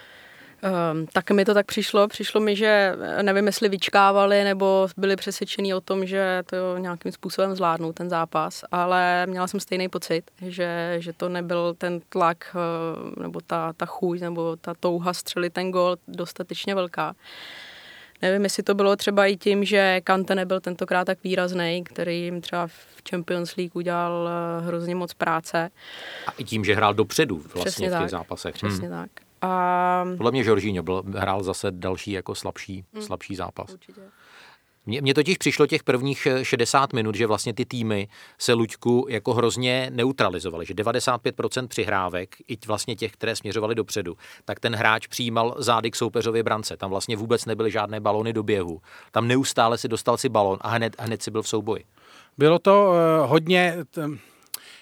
Um, tak mi to tak přišlo. Přišlo mi, že nevím, jestli vyčkávali nebo byli přesvědčení o tom, že to nějakým způsobem zvládnou ten zápas, ale měla jsem stejný pocit, že, že to nebyl ten tlak nebo ta, ta chuť nebo ta touha střelit ten gól dostatečně velká. Nevím, jestli to bylo třeba i tím, že Kante nebyl tentokrát tak výrazný, který jim třeba v Champions League udělal hrozně moc práce. A i tím, že hrál dopředu vlastně přesně v těch tak, zápasech. Přesně hmm. tak. A... Podle mě Jorginho byl, hrál zase další jako slabší, hmm. slabší zápas. Určitě. Mně, mně totiž přišlo těch prvních šedesát minut, že vlastně ty týmy se, Luďku, jako hrozně neutralizovaly, že devadesát pět procent přihrávek, i vlastně těch, které směřovaly dopředu, tak ten hráč přijímal zády k soupeřově brance. Tam vlastně vůbec nebyly žádné balony do běhu. Tam neustále si dostal si balon a hned, hned si byl v souboji. Bylo to uh, hodně... T-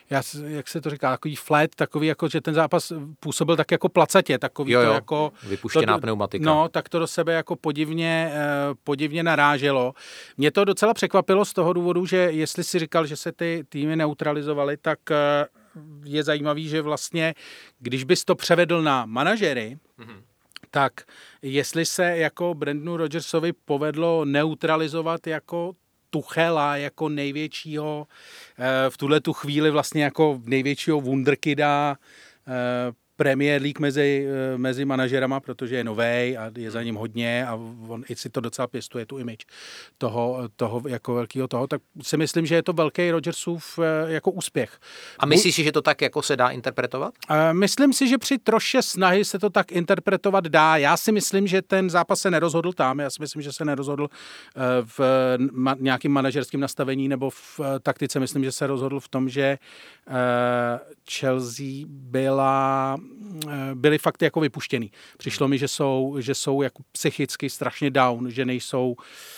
já, jak se to říká, takový flat, takový jako, že ten zápas působil tak jako placatě, takový jo, jo. to jako... Vypuštěná to, pneumatika. No, tak to do sebe jako podivně, podivně naráželo. Mě to docela překvapilo z toho důvodu, že jestli si říkal, že se ty týmy neutralizovaly, tak je zajímavý, že vlastně, když bys to převedl na manažery, mm-hmm. tak jestli se jako Brendanu Rodgersovi povedlo neutralizovat jako Tuchela, jako největšího, v tuhle tu chvíli vlastně jako největšího wunderkida Premier League mezi, mezi manažerama, protože je novej a je za ním hodně a on i si to docela pěstuje, tu image toho, toho jako velkého toho, tak si myslím, že je to velký Rodgersův jako úspěch. A myslíš si, že to tak jako se dá interpretovat? Myslím si, že při troše snahy se to tak interpretovat dá. Já si myslím, že ten zápas se nerozhodl tam, já si myslím, že se nerozhodl v nějakým manažerským nastavení nebo v taktice. Myslím, že se rozhodl v tom, že Chelsea byla byli fakt jako vypuštěný. Přišlo mi, že jsou, že jsou jako psychicky strašně down, že nejsou,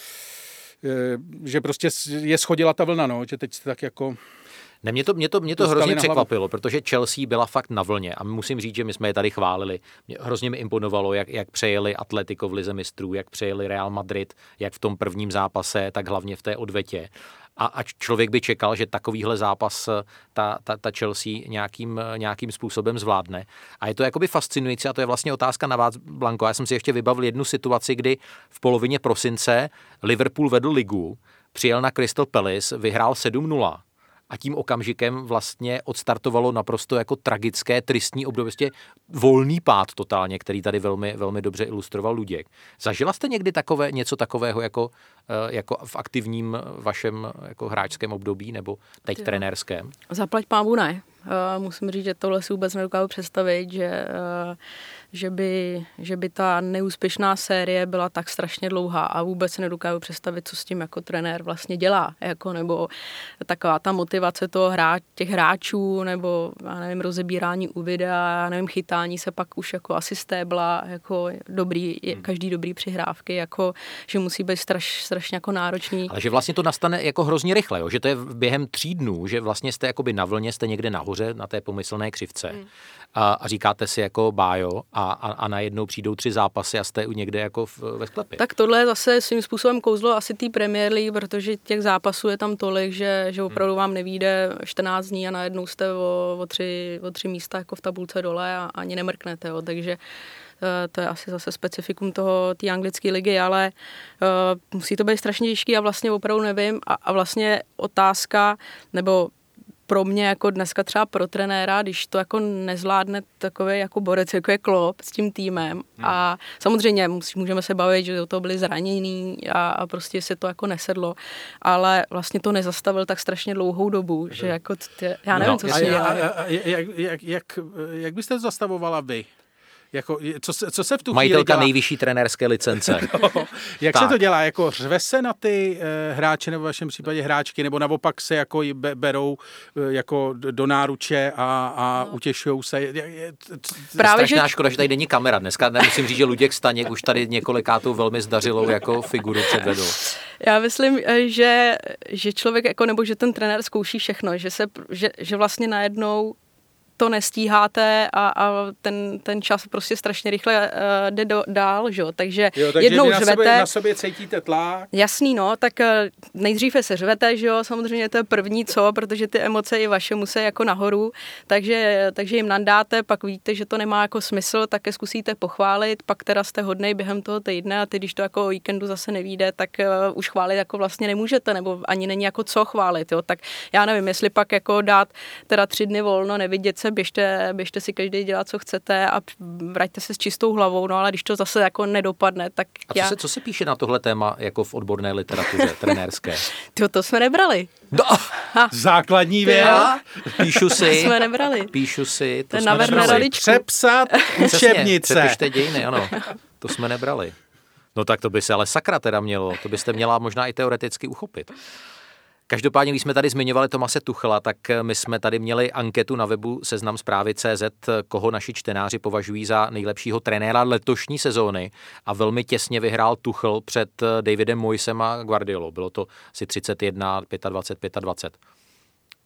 že prostě je schodila ta vlna, no, že teď se tak jako... Ne, mě to, mě to, mě to hrozně překvapilo, protože Chelsea byla fakt na vlně a musím říct, že my jsme je tady chválili. Mě, hrozně mi imponovalo, jak, jak přejeli Atletico v lize mistrů, jak přejeli Real Madrid, jak v tom prvním zápase, tak hlavně v té odvetě. A, a člověk by čekal, že takovýhle zápas ta, ta, ta Chelsea nějakým, nějakým způsobem zvládne. A je to jakoby fascinující a to je vlastně otázka na vás, Blanko. Já jsem si ještě vybavil jednu situaci, kdy v polovině prosince Liverpool vedl ligu, přijel na Crystal Palace, vyhrál sedm nula. A tím okamžikem vlastně odstartovalo naprosto jako tragické, tristní období, vlastně volný pád totálně, který tady velmi, velmi dobře ilustroval Luděk. Zažila jste někdy takové, něco takového jako, jako v aktivním vašem jako hráčském období nebo teď jo. trenérském? Zaplať pánbůh ne. Uh, musím říct, že tohle si vůbec nedokážu představit, že, uh, že, by, že by ta neúspěšná série byla tak strašně dlouhá a vůbec si nedokážu představit, co s tím jako trenér vlastně dělá, jako, nebo taková ta motivace toho hráč, těch hráčů, nebo já nevím, rozebírání u videa, já nevím, chytání se pak už jako asi stébla, jako dobrý, každý dobrý přihrávky, jako, že musí být straš, strašně jako náročný. Ale že vlastně to nastane jako hrozně rychle, jo? Že to je během tří dnů, že vlastně jste jakoby na vlně, jste někde nahoře, na té pomyslné křivce hmm. a, a říkáte si jako bájo a, a, a najednou přijdou tři zápasy a jste někde jako v, ve sklepě. Tak tohle je zase svým způsobem kouzlo asi té Premier League, protože těch zápasů je tam tolik, že, že opravdu vám nevyjde čtrnáct dní a najednou jste o, o, tři, o tři místa jako v tabulce dole a ani nemrknete, jo. Takže to je asi zase specifikum toho té anglické ligy, ale uh, musí to být strašně těžký a vlastně opravdu nevím a, a vlastně otázka, nebo pro mě jako dneska třeba pro trenéra, když to jako nezvládne takový jako borec, jako je Klopp s tím týmem hmm. a samozřejmě můžeme se bavit, že to byli zranění a, a prostě se to jako nesedlo, ale vlastně to nezastavil tak strašně dlouhou dobu, hmm. že jako tě, já nevím, no, co si dělá. Jak, jak, jak, jak byste to zastavovala vy? Jako, co, se, co se v tu Majitelka chvíli nejvyšší trenérské licence. No, jak tak. se to dělá? Jako řve se na ty e, hráče, nebo v vašem případě hráčky, nebo naopak se jako be, berou e, jako do náruče a, a no. utěšujou se? Je, je, Právě, strašná že... škoda, že tady není kamera. Dneska nemusím říct, že Luděk Staněk už tady několikátou velmi zdařilou jako figuru předvedl. Já myslím, že, že člověk, jako, nebo že ten trenér zkouší všechno, že, se, že, že vlastně najednou to nestíháte a, a ten, ten čas prostě strašně rychle uh, jde do, dál, že? Takže, jo, takže jednou na řvete. Sobě, na sobě cítíte tlak. Jasný, no, tak uh, nejdříve se řvete, že jo, samozřejmě to je první co, protože ty emoce i vaše musí jako nahoru, takže, takže jim nandáte, pak víte, že to nemá jako smysl, tak je zkusíte pochválit, pak teda jste hodnej během toho týdne a ty, když to jako o víkendu zase nevíde, tak uh, už chválit jako vlastně nemůžete, nebo ani není jako co chválit, jo, tak já nevím, jestli pak jako dát teda tři dny volno, nevidět se, Běžte, běžte si každý dělat, co chcete a vraťte se s čistou hlavou, no ale když to zase jako nedopadne, tak a co, já... se, co se píše na tohle téma jako v odborné literatuře trenérské? Tyjo, to jsme nebrali. No, základní věc. Píšu si. To jsme nebrali. Píšu si. To, to jsme nebrali. Přepsat učebnice. Přepište dějiny, ano. To jsme nebrali. No tak to by se ale sakra teda mělo. To byste měla možná i teoreticky uchopit. Každopádně, když jsme tady zmiňovali Tomase Tuchela, tak my jsme tady měli anketu na webu Seznam Zprávy tečka cé zet, koho naši čtenáři považují za nejlepšího trenéra letošní sezóny a velmi těsně vyhrál Tuchel před Davidem Moyesem a Guardiolou. Bylo to asi třicet jedna, dvacet pět, dvacet pět.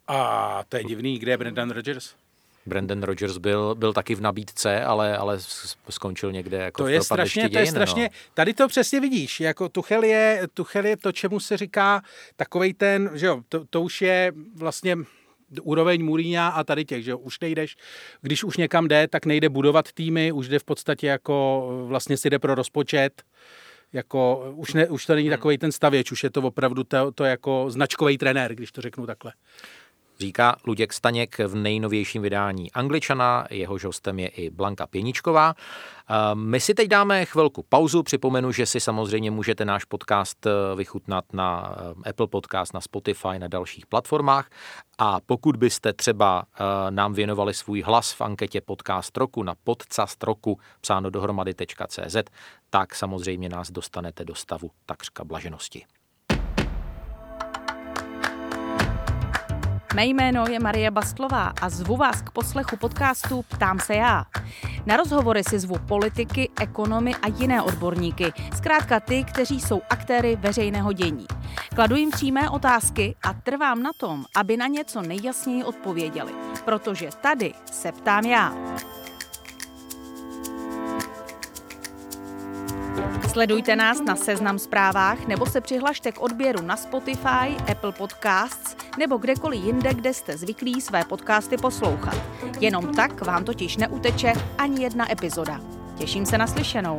A to je divný, kde je Brendan Rodgers? Brandon Rodgers byl, byl taky v nabídce, ale, ale skončil někde jako to v je strašně, to je strašně, no. Tady to přesně vidíš, jako Tuchel je, Tuchel je to, čemu se říká takovej ten, že jo, to, to už je vlastně úroveň Mourinha a tady těch, že jo, už nejdeš, když už někam jde, tak nejde budovat týmy, už jde v podstatě jako, vlastně si jde pro rozpočet, jako, už, ne, už to není takovej ten stavěč, už je to opravdu to, to jako značkový trenér, když to řeknu takhle. Říká Luděk Staněk v nejnovějším vydání Angličana, jehož hostem je i Blanka Pěničková. My si teď dáme chvilku pauzu, připomenu, že si samozřejmě můžete náš podcast vychutnat na Apple Podcast, na Spotify, na dalších platformách a pokud byste třeba nám věnovali svůj hlas v anketě Podcast roku na podcast roku psáno dohromady tečka cé zet, tak samozřejmě nás dostanete do stavu takřka blaženosti. Mé jméno je Marie Bastlová a zvu vás k poslechu podcastu Ptám se já. Na rozhovory si zvu politiky, ekonomy a jiné odborníky, zkrátka ty, kteří jsou aktéry veřejného dění. Kladu jim přímé otázky a trvám na tom, aby na něco nejjasněji odpověděli, protože tady se ptám já. Sledujte nás na Seznam Zprávách nebo se přihlašte k odběru na Spotify, Apple Podcasts nebo kdekoliv jinde, kde jste zvyklí své podcasty poslouchat. Jenom tak vám totiž neuteče ani jedna epizoda. Těším se na slyšenou.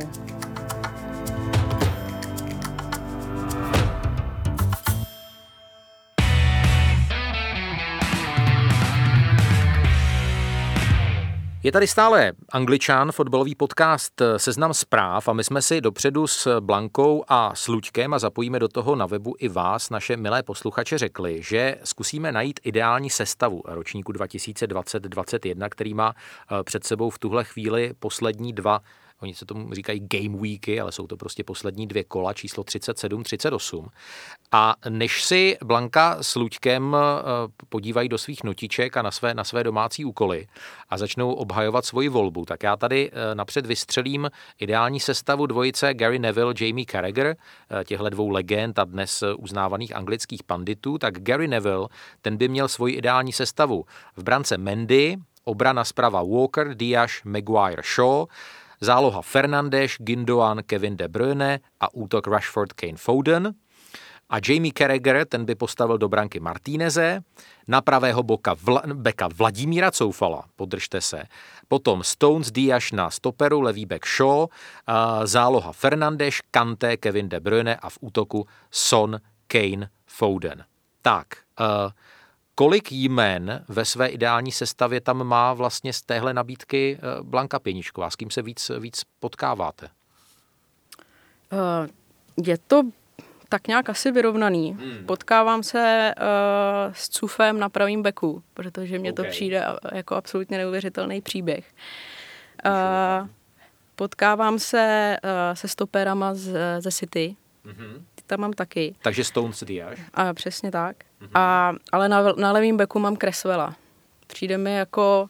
Je tady stále Angličan, fotbalový podcast Seznam zpráv a my jsme si dopředu s Blankou a s Luďkem a zapojíme do toho na webu i vás, naše milé posluchače, řekli, že zkusíme najít ideální sestavu ročníku dva tisíce dvacet dvacet jedna, který má před sebou v tuhle chvíli poslední dva, oni se tomu říkají game weeky, ale jsou to prostě poslední dvě kola, číslo třicet sedm třicet osm. A než si Blanka s Luďkem podívají do svých notiček a na své, na své domácí úkoly a začnou obhajovat svoji volbu, tak já tady napřed vystřelím ideální sestavu dvojice Gary Neville, Jamie Carragher, těchto dvou legend a dnes uznávaných anglických panditů. Tak Gary Neville, ten by měl svoji ideální sestavu v brance Mendy, obrana zprava Walker, Diaz, Maguire, Shaw, záloha Fernandes, Gündoğan, Kevin De Bruyne a útok Rashford, Kane, Foden. A Jamie Carragher, ten by postavil do branky Martíneze, na pravého boka Vla, beka Vladimíra Coufala, podržte se. Potom Stones, Diaz na stoperu, levý bek Shaw, záloha Fernandes, Kanté, Kevin De Bruyne a v útoku Son, Kane, Foden. Tak, uh, kolik jmen ve své ideální sestavě tam má vlastně z téhle nabídky Blanka Pěničková? S kým se víc, víc potkáváte? Uh, je to tak nějak asi vyrovnaný. Hmm. Potkávám se uh, s Cufem na pravým beku, protože mně okay. to přijde jako absolutně neuvěřitelný příběh. Uh, potkávám se uh, se stoperama z, ze City. Mm-hmm. Tam mám taky. Takže Stones Diaz. A přesně tak. Mm-hmm. A, ale na, na levým beku mám Cresswella. Přijde mi jako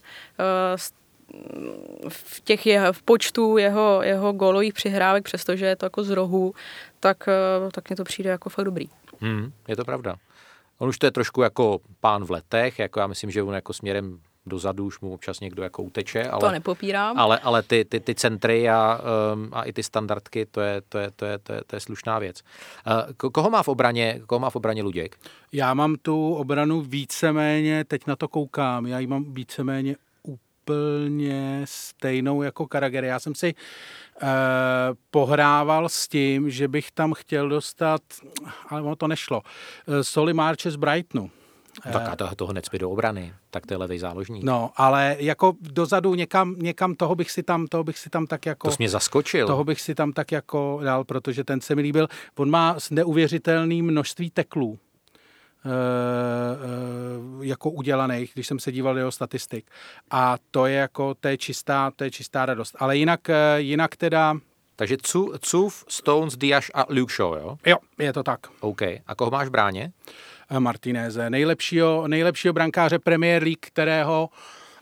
uh, v těch jeho, v počtu jeho, jeho gólových přihrávek, přestože je to jako z rohu, tak, uh, tak mně to přijde jako fakt dobrý. Mm, je to pravda. On už to je trošku jako pán v letech, jako já myslím, že on jako směrem dozadu už mu občas někdo jako uteče. Ale, to nepopírám. Ale, ale ty, ty, ty centry a, um, a i ty standardky, to je, to je, to je, to je, to je slušná věc. Uh, koho má v obraně, koho má v obraně Luděk? Já mám tu obranu víceméně, teď na to koukám, já ji mám víceméně úplně stejnou jako Carragher. Já jsem si uh, pohrával s tím, že bych tam chtěl dostat, ale ono to nešlo, uh, Solly Marche z Brightonu. Tak a toho, toho necpi do obrany, tak to je levý záložník. No, ale jako dozadu někam, někam toho bych si tam, toho bych si tam tak jako... To jsi mě zaskočil. Toho bych si tam tak jako dal, protože ten se mi líbil. On má neuvěřitelné množství teklů e, e, jako udělaných, když jsem se díval do jeho statistik. A to je jako, to je čistá, to je čistá radost. Ale jinak, jinak teda... Takže Cuf, Stones, Diaz a Luke Shaw, jo? Jo, je to tak. OK. A koho máš v bráně? Martíneze, nejlepšího, nejlepšího brankáře Premier League, kterého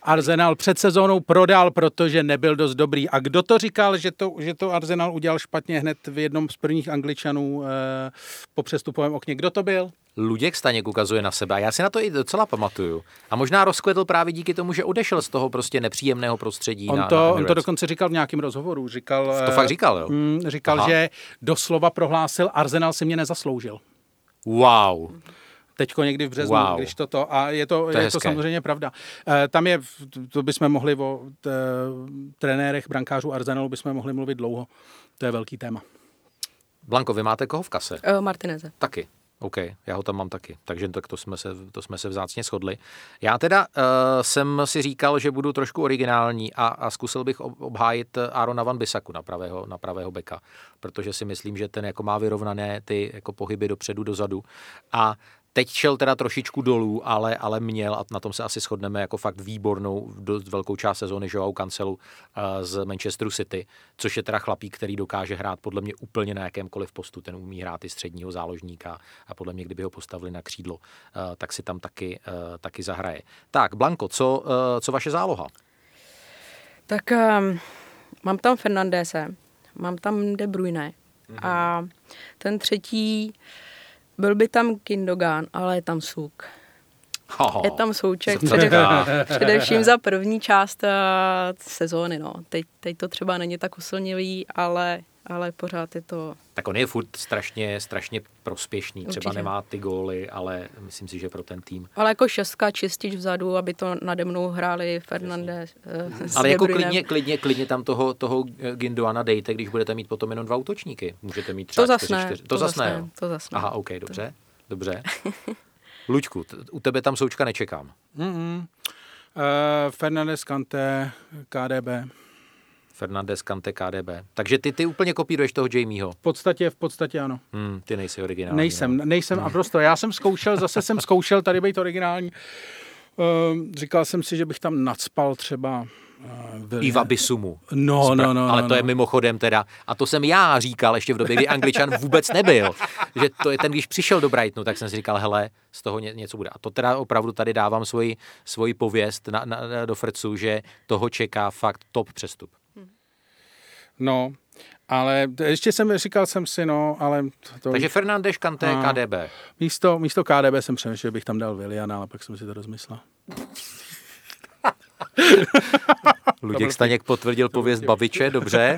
Arsenal před sezónou prodal, protože nebyl dost dobrý. A kdo to říkal, že to, že to Arsenal udělal špatně hned v jednom z prvních Angličanů eh, po přestupovém okně? Kdo to byl? Luděk Staněk ukazuje na sebe a já si na to i docela pamatuju. A možná rozkvetl právě díky tomu, že odešel z toho prostě nepříjemného prostředí. On, na, to, na on to dokonce říkal v nějakém rozhovoru. Říkal, to fakt říkal, jo? Mm, říkal, Aha. že doslova prohlásil, Arsenal si mě nezasloužil. Wow. Teďko někdy v březnu, wow. když toto, a je to, to, je je to samozřejmě pravda. E, tam je, to bychom mohli o t, trenérech, brankářů Arsenalu bychom mohli mluvit dlouho. To je velký téma. Blanko, vy máte koho v kase? Uh, Martineze. Taky. OK, já ho tam mám taky, takže tak to jsme se, to jsme se vzácně shodli. Já teda uh, jsem si říkal, že budu trošku originální a, a zkusil bych obhájit Arona Van Bissaku na pravého, na pravého beka, protože si myslím, že ten jako má vyrovnané ty jako pohyby dopředu, dozadu a teď šel teda trošičku dolů, ale, ale měl, a na tom se asi shodneme, jako fakt výbornou, dost velkou část sezóny Joao Cancelu uh, z Manchesteru City, což je teda chlapík, který dokáže hrát podle mě úplně na jakémkoliv postu. Ten umí hrát i středního záložníka a podle mě, kdyby ho postavili na křídlo, uh, tak si tam taky, uh, taky zahraje. Tak, Blanko, co, uh, co vaše záloha? Tak um, mám tam Fernandese, mám tam De Bruyne mm-hmm. a ten třetí byl by tam Gündogan, ale je tam Suk. Oh, je tam Souček, především, především za první část uh, sezóny. No. Teď, teď to třeba není tak usilnivý, ale, ale pořád je to... Tak on je furt strašně, strašně prospěšný. Třeba Určitě. Nemá ty góly, ale myslím si, že pro ten tým. Ale jako šestka čistič vzadu, aby to nade mnou hráli Fernandes. Uh, ale jako klidně, klidně, klidně tam toho, toho Gündoana dejte, když budete mít potom jenom dva útočníky. Můžete mít třeba to zas čtyři, ne, čtyři. To, to zas zas ne, ne. To zas ne. Aha, OK, dobře. Dobře. Luďku, t- u tebe tam Součka nečekám. Mm-hmm. Uh, Fernandes, Kanté, K D B. Fernandes, Kanté, K D B. Takže ty, ty úplně kopíruješ toho Jamieho. V podstatě, v podstatě ano. Hmm, ty nejsi originální. Nejsem, no. nejsem a prostě. Já jsem zkoušel, zase jsem zkoušel tady být originální. Uh, říkal jsem si, že bych tam nacpal třeba Uh, Iva Bisumu. No, Spra- no, no. Ale no, to je no. mimochodem teda, a to jsem já říkal ještě v době, kdy Angličan vůbec nebyl, že to je ten, když přišel do Brightonu, tak jsem si říkal, hele, z toho ně, něco bude. A to teda opravdu tady dávám svoji, svoji pověst na, na, na, do frcu, že toho čeká fakt top přestup. No, ale ještě jsem, říkal jsem si, no, ale... To... Takže Fernandes, Kanté, K D B. Místo, místo K D B jsem přemýšlel, že bych tam dal Williana, ale pak jsem si to rozmyslel. Luděk Staněk potvrdil pověst Babiče, dobře.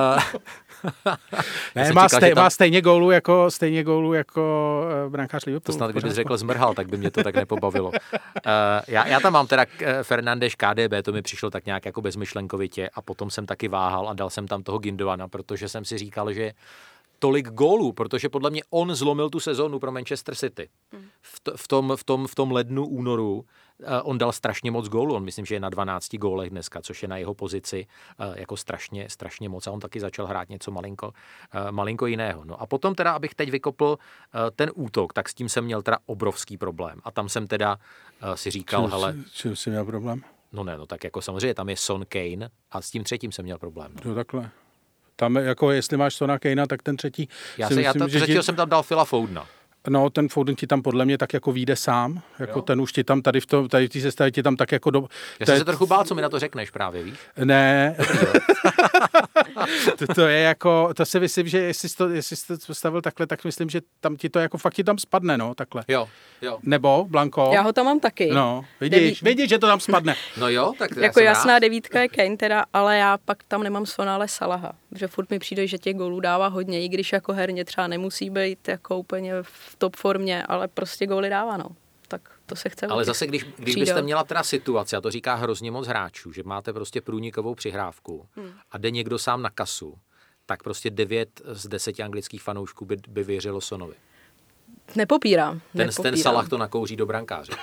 ne, má, čekal, stej, tam... má stejně gólu jako, stejně gólu jako uh, brankář Liverpoolu. To snad, kdybys řekl zmrhal, tak by mě to tak nepobavilo. Uh, já, já tam mám teda Fernandes, K D B, to mi přišlo tak nějak jako bezmyšlenkovitě a potom jsem taky váhal a dal jsem tam toho Gündoana, protože jsem si říkal, že tolik gólů, protože podle mě on zlomil tu sezónu pro Manchester City. V, to, v, tom, v, tom, v tom lednu, únoru uh, on dal strašně moc gólů. On myslím, že je na dvanácti gólech dneska, což je na jeho pozici uh, jako strašně, strašně moc. A on taky začal hrát něco malinko, uh, malinko jiného. No a potom teda, abych teď vykopl uh, ten útok, tak s tím jsem měl teda obrovský problém. A tam jsem teda uh, si říkal, čím, hele... Čím jsi měl problém? No ne, no tak jako samozřejmě tam je Son, Kane a s tím třetím jsem měl problém. No, no takhle. Tam jako jestli máš Sona, Kanea, tak ten třetí... Já, se, myslím, já to, že třetího ti... jsem tam dal Phila Foudena. No, ten Foden ti tam podle mě tak jako vyjde sám, jako jo. Ten už ti tam tady v tom, tady v té sestavě ti tam tak jako... Do... Já jsem se trochu bál, co mi na to řekneš právě, víš? Ne. to, to je jako, to si myslím, že jestli jsi to, jestli jsi to postavil takhle, tak myslím, že tam ti to jako fakt ti tam spadne, no, takhle. Jo, jo. Nebo, Blanko? Já ho tam mám taky. No, vidíš, Deví... vidíš, že to tam spadne. No jo, tak jako jasná rád. Devítka je Kane teda, ale já pak tam nemám Sona, ale Salaha. Že furt mi přijde, že těch gólů dává hodně, i když jako herně třeba nemusí být jako úplně v top formě, ale prostě góly dává, no. Tak to se chce. Ale zase, když, když byste měla teda situaci, a to říká hrozně moc hráčů, že máte prostě průnikovou přihrávku hmm. a jde někdo sám na kasu, tak prostě devět z deseti anglických fanoušků by, by věřilo Sonovi. Nepopírám. Ten, nepopírám. ten Salah to nakouří do brankáře.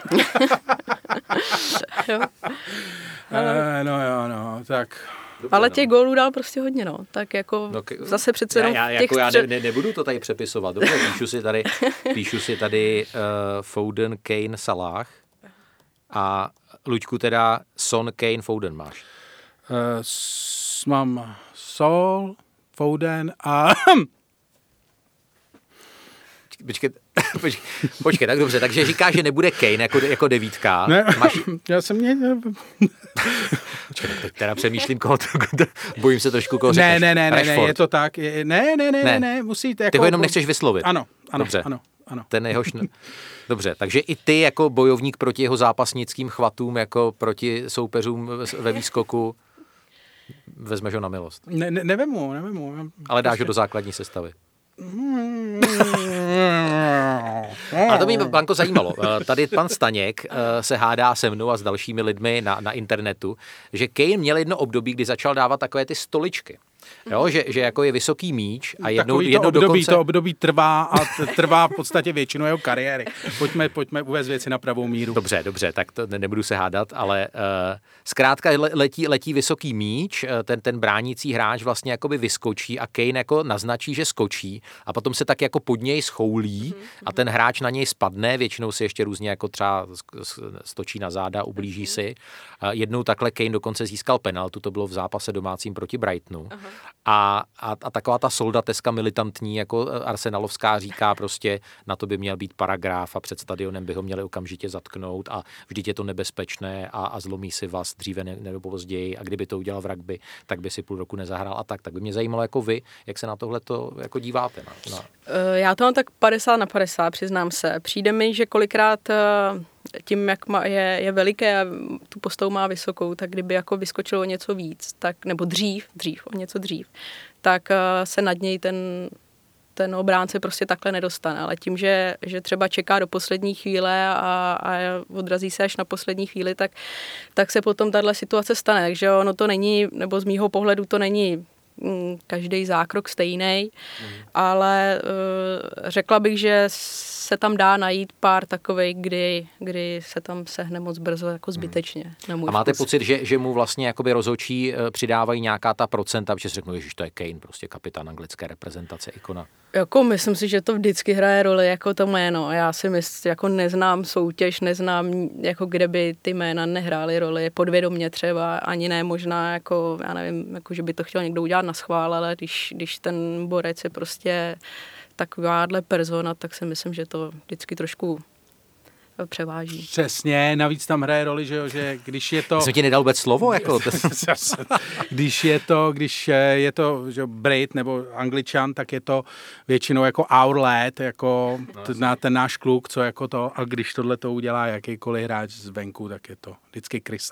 jo. Ale... No jo, no, tak... Dobře, ale těch no. gólů dal prostě hodně, no. Tak jako no, zase přece jenom já, já, těch jako stře... já ne, nebudu to tady přepisovat. Dobře, píšu si tady, píšu si tady uh, Foden, Kane, Salah a Luďku teda Son, Kane, Foden máš. Uh, s, mám Sol, Foden a... počkej, počkej, počkej, tak dobře, takže říkáš, že nebude Kane jako, jako devítka. Ne, Máš... já jsem mě... Počkej, tak teda přemýšlím, koho to, bojím se trošku, koho ne, řekneš. ne, ne, ne, Rashford. je to tak. Je, ne, ne, ne, ne, ne, musíte jako... Ty ho jenom nechceš vyslovit. Ano, ano, dobře. ano, ano. Ten jehož... Dobře, takže i ty jako bojovník proti jeho zápasnickým chvatům, jako proti soupeřům ve výskoku, vezmeš ho na milost. Ne, ne, nevemu, nevemu. Ale dáš ho do základní sestavy. A to mě, Blanko, zajímalo. Tady pan Staněk se hádá se mnou a s dalšími lidmi na, na internetu, že Kane měl jedno období, kdy začal dávat takové ty stoličky. Jo, že, že jako je vysoký míč a jednou, Takový to jednou období, dokonce... to období trvá a t- trvá v podstatě většinu jeho kariéry. Pojďme, pojďme uvést věci na pravou míru. Dobře, dobře, tak to ne, nebudu se hádat, ale uh, zkrátka letí, letí vysoký míč, ten, ten bránící hráč vlastně jakoby vyskočí a Kane jako naznačí, že skočí a potom se tak jako pod něj schoulí a ten hráč na něj spadne, většinou si ještě různě jako třeba stočí na záda, ublíží si. Uh, jednou takhle Kane dokonce získal penaltu, to bylo v zápase domácím proti Brightonu. Aha. A, a, a taková ta soldateska militantní, jako arsenalovská, říká prostě, na to by měl být paragraf a před stadionem by ho měli okamžitě zatknout a vždyť je to nebezpečné a, a zlomí si vás dříve ne, nebo později a kdyby to udělal v rugby, tak by si půl roku nezahrál a tak. Tak by mě zajímalo jako vy, jak se na tohle to jako díváte. Na, na... Já to mám tak padesát na padesát, přiznám se. Přijde mi, že kolikrát tím, jak má, je, je veliké a tu postavu má vysokou, tak kdyby jako vyskočilo o něco víc, tak, nebo dřív, dřív, o něco dřív, tak se nad něj ten, ten obránce prostě takhle nedostane. Ale tím, že, že třeba čeká do poslední chvíle a, a odrazí se až na poslední chvíli, tak, tak se potom tahle situace stane. Takže ono to není, nebo z mýho pohledu to není každý zákrok stejný, mm. ale uh, řekla bych, že se tam dá najít pár takovej, kdy, kdy se tam sehne moc brzo jako zbytečně. Mm. A máte vkus. pocit, že, že mu vlastně jakoby rozhodčí přidávají nějaká ta procenta, že si řeknou, že to je Kane, prostě kapitán anglické reprezentace, ikona? Jako myslím si, že to vždycky hraje roli jako to jméno. Já si myslím, jako neznám soutěž, neznám, jako kde by ty jména nehrály roli, podvědomě třeba, ani ne možná, jako já nevím, jako že by to chtěl někdo udělat na schvál, ale když, když ten borec je prostě takováhle persona, tak si myslím, že to vždycky trošku převáží. Přesně, navíc tam hraje roli, že, jo, že když je to... Jsem ti nedal vůbec slovo, jako... když je to, když je to že Brit nebo Angličan, tak je to většinou jako our lad, jako no, ten náš kluk, co jako to, a když tohle to udělá jakýkoliv hráč zvenku, tak je to vždycky krysa.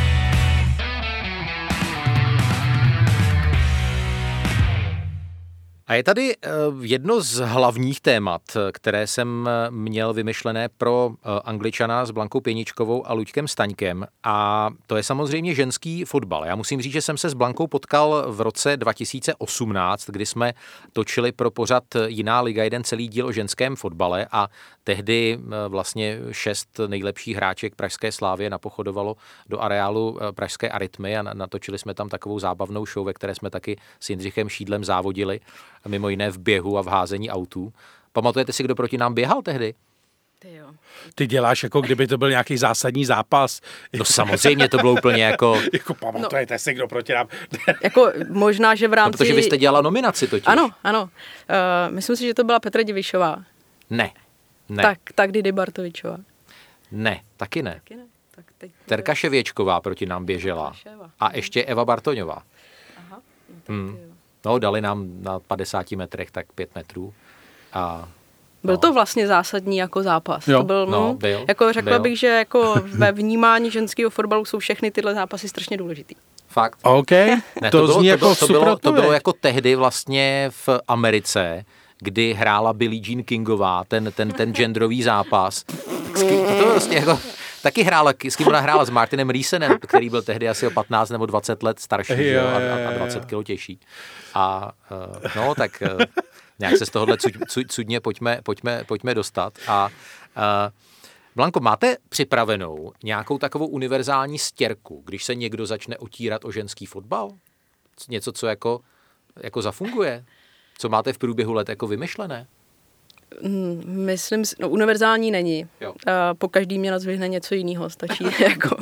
A je tady jedno z hlavních témat, které jsem měl vymyšlené pro Angličana s Blankou Pěničkovou a Luďkem Staňkem, a to je samozřejmě ženský fotbal. Já musím říct, že jsem se s Blankou potkal v roce dva tisíce osmnáct, kdy jsme točili pro pořad Jiná liga jeden celý díl o ženském fotbale a tehdy vlastně šest nejlepších hráček pražské Slávie napochodovalo do areálu pražské Arytmy a natočili jsme tam takovou zábavnou show, ve které jsme taky s Jindřichem Šídlem závodili, mimo jiné v běhu a v házení autů. Pamatujete si, kdo proti nám běhal tehdy? Ty jo. Ty děláš, jako kdyby to byl nějaký zásadní zápas. No samozřejmě, to bylo úplně jako... jako pamatujete no. si, kdo proti nám... jako možná, že v rámci... No, protože vy jste dělala nominaci totiž. Ano, ano. Uh, myslím si, že to byla Petra Divišová. Ne, ne. Tak, tak Didy Bartovičová. Ne, taky ne. Taky ne. Tak teď... Terka Ševěčková proti nám běžela. A ještě Eva Bartoňová. Aha. No, hmm. no, dali nám na padesáti metrech tak pět metrů. A... Byl no. to vlastně zásadní jako zápas. Jo. To byl, no, byl, jako řekla byl. bych, že jako ve vnímání ženského fotbalu jsou všechny tyhle zápasy strašně důležitý. Fakt? OK, ne, to, to, bylo, zní to, jako bylo, to, bylo, to bylo je. jako tehdy vlastně v Americe, kdy hrála Billie Jean Kingová, ten, ten, ten genderový zápas. To vlastně jako... Taky hrála, s kým ona hrála s Martinem Riesenem, který byl tehdy asi o patnáct nebo dvacet let starší, jo, jo, a, a dvacet kilo těžší. A no, tak nějak se z tohohle cud, cud, cudně pojďme, pojďme, pojďme dostat. A uh, Blanko, máte připravenou nějakou takovou univerzální stěrku, když se někdo začne otírat o ženský fotbal? Něco, co jako, jako zafunguje? Co máte v průběhu let jako vymyšlené? Myslím, no, univerzální není. Jo. Po každý mě nazvihne něco jiného, stačí jako.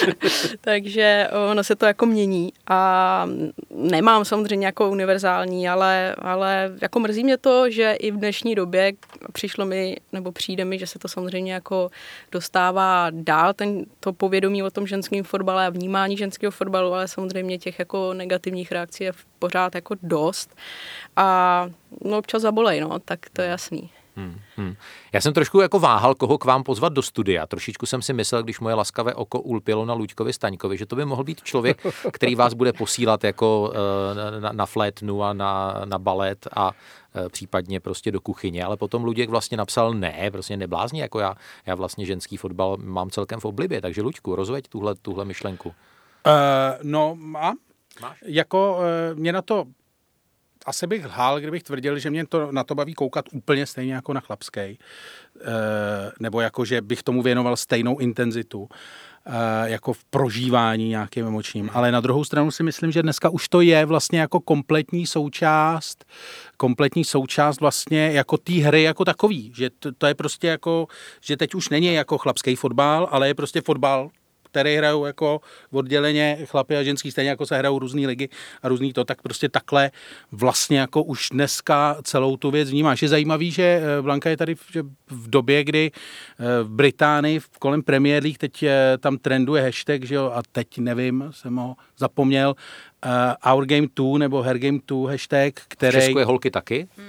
Takže ono se to jako mění a nemám samozřejmě jako univerzální, ale, ale jako mrzí mě to, že i v dnešní době přišlo mi, nebo přijde mi, že se to samozřejmě jako dostává dál, ten, to povědomí o tom ženském fotbale a vnímání ženského fotbalu, ale samozřejmě těch jako negativních reakcí je pořád jako dost a no, občas zabolej, no, tak to je jasný. Hmm, hmm. Já jsem trošku jako váhal, koho k vám pozvat do studia. Trošičku jsem si myslel, když moje laskavé oko ulpělo na Luďkovi Staňkovi, že to by mohl být člověk, který vás bude posílat jako na, na flétnu a na, na balet a případně prostě do kuchyně, ale potom Luděk vlastně napsal ne, prostě neblázni, jako já, já vlastně ženský fotbal mám celkem v oblibě, takže Luďku, rozveď tuhle, tuhle myšlenku. Uh, no mám. Máš? Jako uh, mě na to asi bych lhal, kdybych tvrdil, že mě to na to baví koukat úplně stejně jako na chlapskej. E, nebo jako, že bych tomu věnoval stejnou intenzitu e, jako v prožívání nějakým emočním. Ale na druhou stranu si myslím, že dneska už to je vlastně jako kompletní součást, kompletní součást vlastně jako té hry jako takový. Že to, to je prostě jako, že teď už není jako chlapský fotbal, ale je prostě fotbal, které hrajou jako odděleně chlapi a ženský, stejně jako se hrajou různý ligy a různý to, tak prostě takhle vlastně jako už dneska celou tu věc vnímáš. Je zajímavý, že Blanka je tady v, v době, kdy v Británii kolem Premier League teď tam trenduje hashtag, že jo, a teď nevím, jsem ho zapomněl, uh, Our Game two nebo Her Game two hashtag, který... V Česku je holky taky? Uh,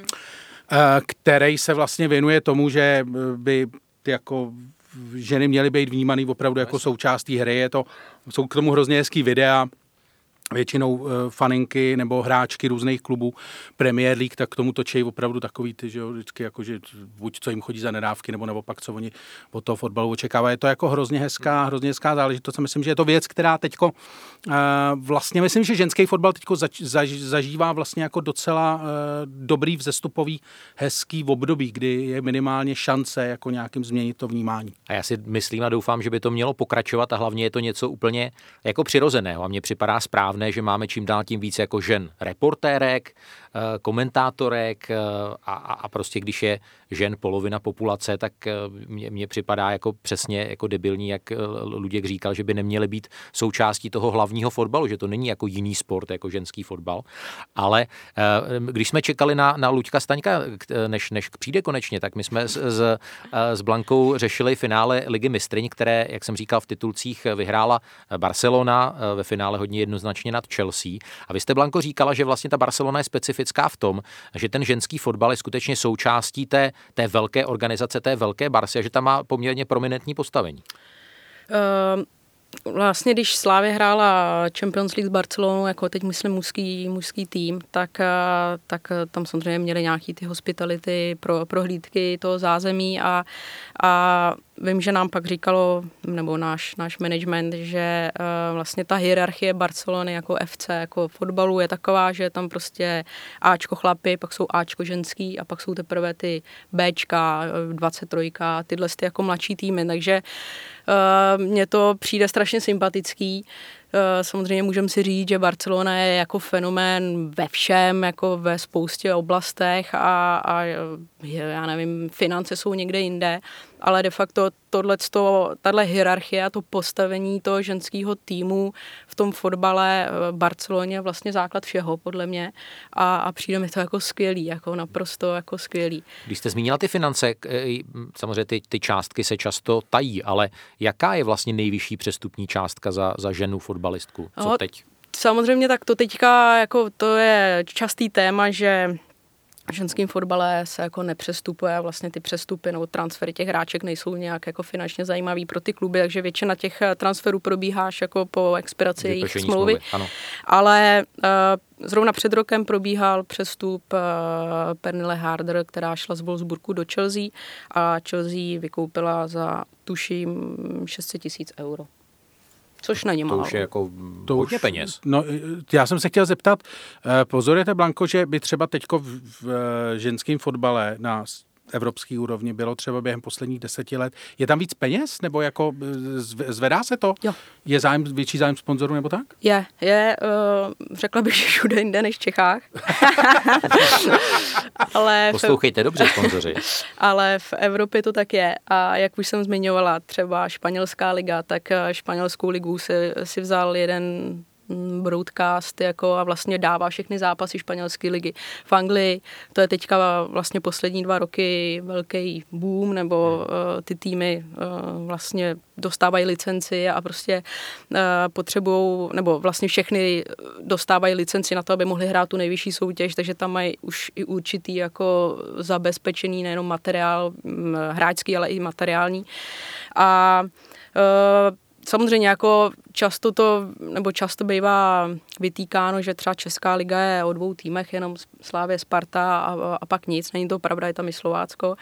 který se vlastně věnuje tomu, že by ty jako ženy měly být vnímaný opravdu jako součástí hry. Je to, jsou k tomu hrozně hezký videa, většinou uh, faninky nebo hráčky různých klubů Premier League, tak k tomu točí opravdu takový ty, že jo, vždycky jako, že buď co jim chodí za nedávky, nebo naopak, co oni od toho fotbalu očekávají. Je to jako hrozně hezká, hrozně hezká záležitost. Myslím, že je to věc, která teďko uh, vlastně, myslím, že ženský fotbal teďko zač, zaž, zažívá vlastně jako docela uh, dobrý vzestupový, hezký období, kdy je minimálně šance jako nějakým změnit to vnímání. A já si myslím a doufám, že by to mělo pokračovat a hlavně je to něco úplně jako přirozeného a mně připadá správně, že máme čím dál tím víc jako žen reportérek, komentátorek a, a prostě když je žen polovina populace, tak mně, mně připadá jako přesně jako debilní, jak Luděk říkal, že by neměly být součástí toho hlavního fotbalu, že to není jako jiný sport, jako ženský fotbal. Ale když jsme čekali na, na Luďka Staňka, než, než přijde konečně, tak my jsme s, s, s Blankou řešili finále Ligy mistryň, které, jak jsem říkal, v titulcích vyhrála Barcelona, ve finále hodně jednoznačně nad Chelsea. A vy jste, Blanko, říkala, že vlastně ta Barcelona je specifická v tom, že ten ženský fotbal je skutečně součástí té, té velké organizace, té velké Barcy a že tam má poměrně prominentní postavení. Uh... Vlastně, když Slavia hrála Champions League s Barcelonou, jako teď myslím mužský, mužský tým, tak, tak tam samozřejmě měli nějaký ty hospitality, pro, prohlídky toho zázemí a, a vím, že nám pak říkalo, nebo náš, náš management, že uh, vlastně ta hierarchie Barcelony jako F C, jako fotbalu je taková, že tam prostě Ačko chlapy, pak jsou Ačko ženský a pak jsou teprve ty Bčka, dvacet tři, tyhle ty jako mladší týmy, takže uh, mně to přijde strašně sympatický. Samozřejmě můžeme si říct, že Barcelona je jako fenomén ve všem, jako ve spoustě oblastech a, a já nevím, finance jsou někde jinde, ale de facto tohleto, tahle hierarchie a to postavení toho ženského týmu v tom fotbale Barceloně je vlastně základ všeho, podle mě. A, a přijde mi to jako skvělý, jako naprosto jako skvělý. Když jste zmínila ty finance, samozřejmě ty, ty částky se často tají, ale jaká je vlastně nejvyšší přestupní částka za, za ženu fotbalistku? Co no, teď? Samozřejmě tak to teďka, jako to je častý téma, že v ženském fotbale se jako nepřestupuje a vlastně ty přestupy nebo transfery těch hráček nejsou nějak jako finančně zajímavý pro ty kluby, takže většina těch transferů probíhá až jako po expiraci jejich smlouvy. smlouvy ano. Ale uh, zrovna před rokem probíhal přestup uh, Pernille Harder, která šla z Wolfsburgu do Chelsea a Chelsea vykoupila za tuším šest set tisíc euro. Což není málo. To už je jako to hodně už, peněz. No, já jsem se chtěl zeptat, pozorujete, Blanko, že by třeba teďko v, v ženském fotbale na evropské úrovni bylo třeba během posledních deseti let. Je tam víc peněz? Nebo jako zvedá se to? Jo. Je zájem, větší zájem sponzorů nebo tak? Je, je, uh, řekla bych, že všude jinde než v Čechách. Ale poslouchejte dobře, sponzoři. Ale v Evropě to tak je. A jak už jsem zmiňovala, třeba španělská liga, tak španělskou ligu si, si vzal jeden broadcast jako a vlastně dává všechny zápasy španělské ligy. V Anglii to je teďka vlastně poslední dva roky velký boom, nebo uh, ty týmy uh, vlastně dostávají licenci a prostě uh, potřebují, nebo vlastně všechny dostávají licenci na to, aby mohli hrát tu nejvyšší soutěž, takže tam mají už i určitý jako zabezpečený nejenom materiál hráčský, ale i materiální. A uh, samozřejmě jako často to, nebo často bývá vytýkáno, že třeba Česká liga je o dvou týmech, jenom Slavie, Sparta a, a pak nic, není to pravda, je tam i Slovácko.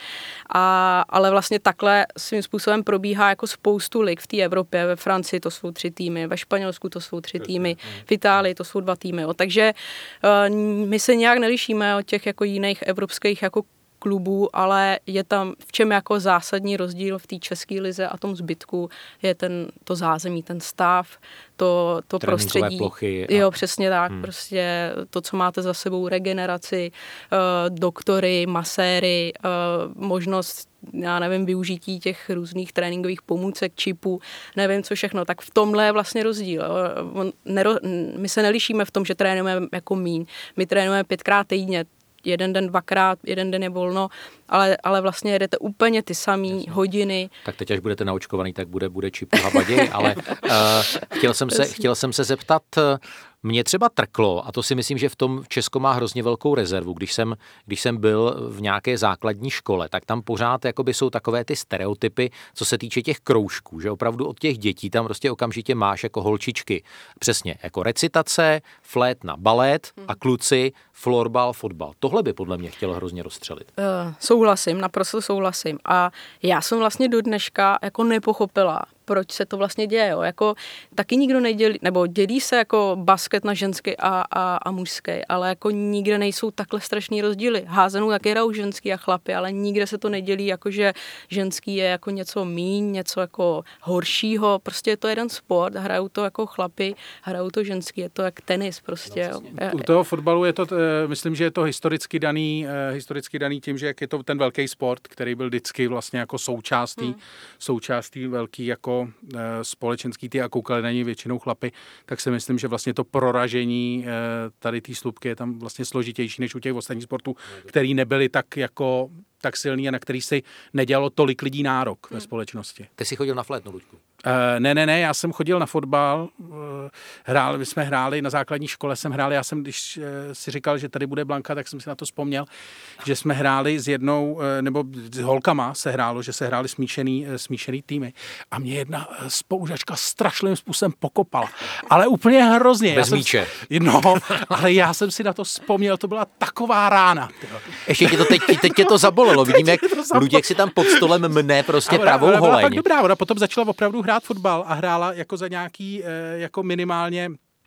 A, ale vlastně takhle svým způsobem probíhá jako spoustu lig v té Evropě, ve Francii to jsou tři týmy, ve Španělsku to jsou tři týmy, v Itálii to jsou dva týmy. Jo. Takže uh, my se nějak nelišíme od těch jako jiných evropských jako klubů, ale je tam v čem jako zásadní rozdíl v té české lize a tom zbytku je ten, to zázemí, ten stav, to, to prostředí. Plochy a... Jo, přesně tak. Hmm. Prostě to, co máte za sebou, regeneraci, uh, doktory, maséry, uh, možnost, já nevím, využití těch různých tréninkových pomůcek, čipů, nevím co všechno, tak v tomhle je vlastně rozdíl. On, nero, my se nelišíme v tom, že trénujeme jako míň. My trénujeme pětkrát týdně, jeden den, dvakrát, jeden den je volno, ale, ale vlastně jedete úplně ty samý hodiny. Tak teď, až budete naočkovaný, tak bude, bude čipu habaděj, ale uh, chtěl, jsem se, chtěl jsem se zeptat, mě třeba trklo, a to si myslím, že v tom Česko má hrozně velkou rezervu, když jsem, když jsem byl v nějaké základní škole, tak tam pořád jakoby jsou takové ty stereotypy, co se týče těch kroužků, že opravdu od těch dětí tam prostě okamžitě máš jako holčičky. Přesně, jako recitace, flétna, balet a kluci florbal, fotbal. Tohle by podle mě chtělo hrozně rozstřelit. Uh, souhlasím, naprosto souhlasím. A já jsem vlastně do dneška jako nepochopila, proč se to vlastně děje. Jo. Jako, taky nikdo nedělí, nebo dělí se jako basket na ženský a, a, a mužský, ale jako nikde nejsou takhle strašný rozdíly. Házenou taky hrajou ženský a chlapy, ale nikde se to nedělí, jako že ženský je jako něco míň, něco jako horšího. Prostě je to jeden sport, hrajou to jako chlapy, hrajou to ženský, je to jak tenis prostě. No, u toho fotbalu je to, myslím, že je to historicky daný, historicky daný tím, že jak je to ten velký sport, který byl vždycky vlastně jako součástí, hmm. součástí velký jako společenský ty a koukali na něj většinou chlapy, tak si myslím, že vlastně to proražení tady té slupky je tam vlastně složitější než u těch ostatních sportů, který nebyly tak jako tak silný a na který si nedělalo tolik lidí nárok ve společnosti. Ty jsi chodil na flétnu, Luďku? Uh, ne, ne, ne, já jsem chodil na fotbal, uh, hráli, my jsme hráli, na základní škole jsem hrál, já jsem, když uh, si říkal, že tady bude Blanka, tak jsem si na to vzpomněl, že jsme hráli s jednou, uh, nebo s holkama se hrálo, že se hráli smíšený, uh, smíšený týmy a mě jedna uh, spolužačka strašlivým způsobem pokopala, ale úplně hrozně. Bez já míče. Jsem, no, ale já jsem si na to vzpomněl, to byla taková rána. Ještě tě to teď, teď tě to zabolelo, vidím, jak Luděk si tam pod stolem mne prostě ona, pravou ona holeň. Byla fakt dobrá, ona potom začala opravdu hrát fotbal a hrála jako za nějaký, jako minimálně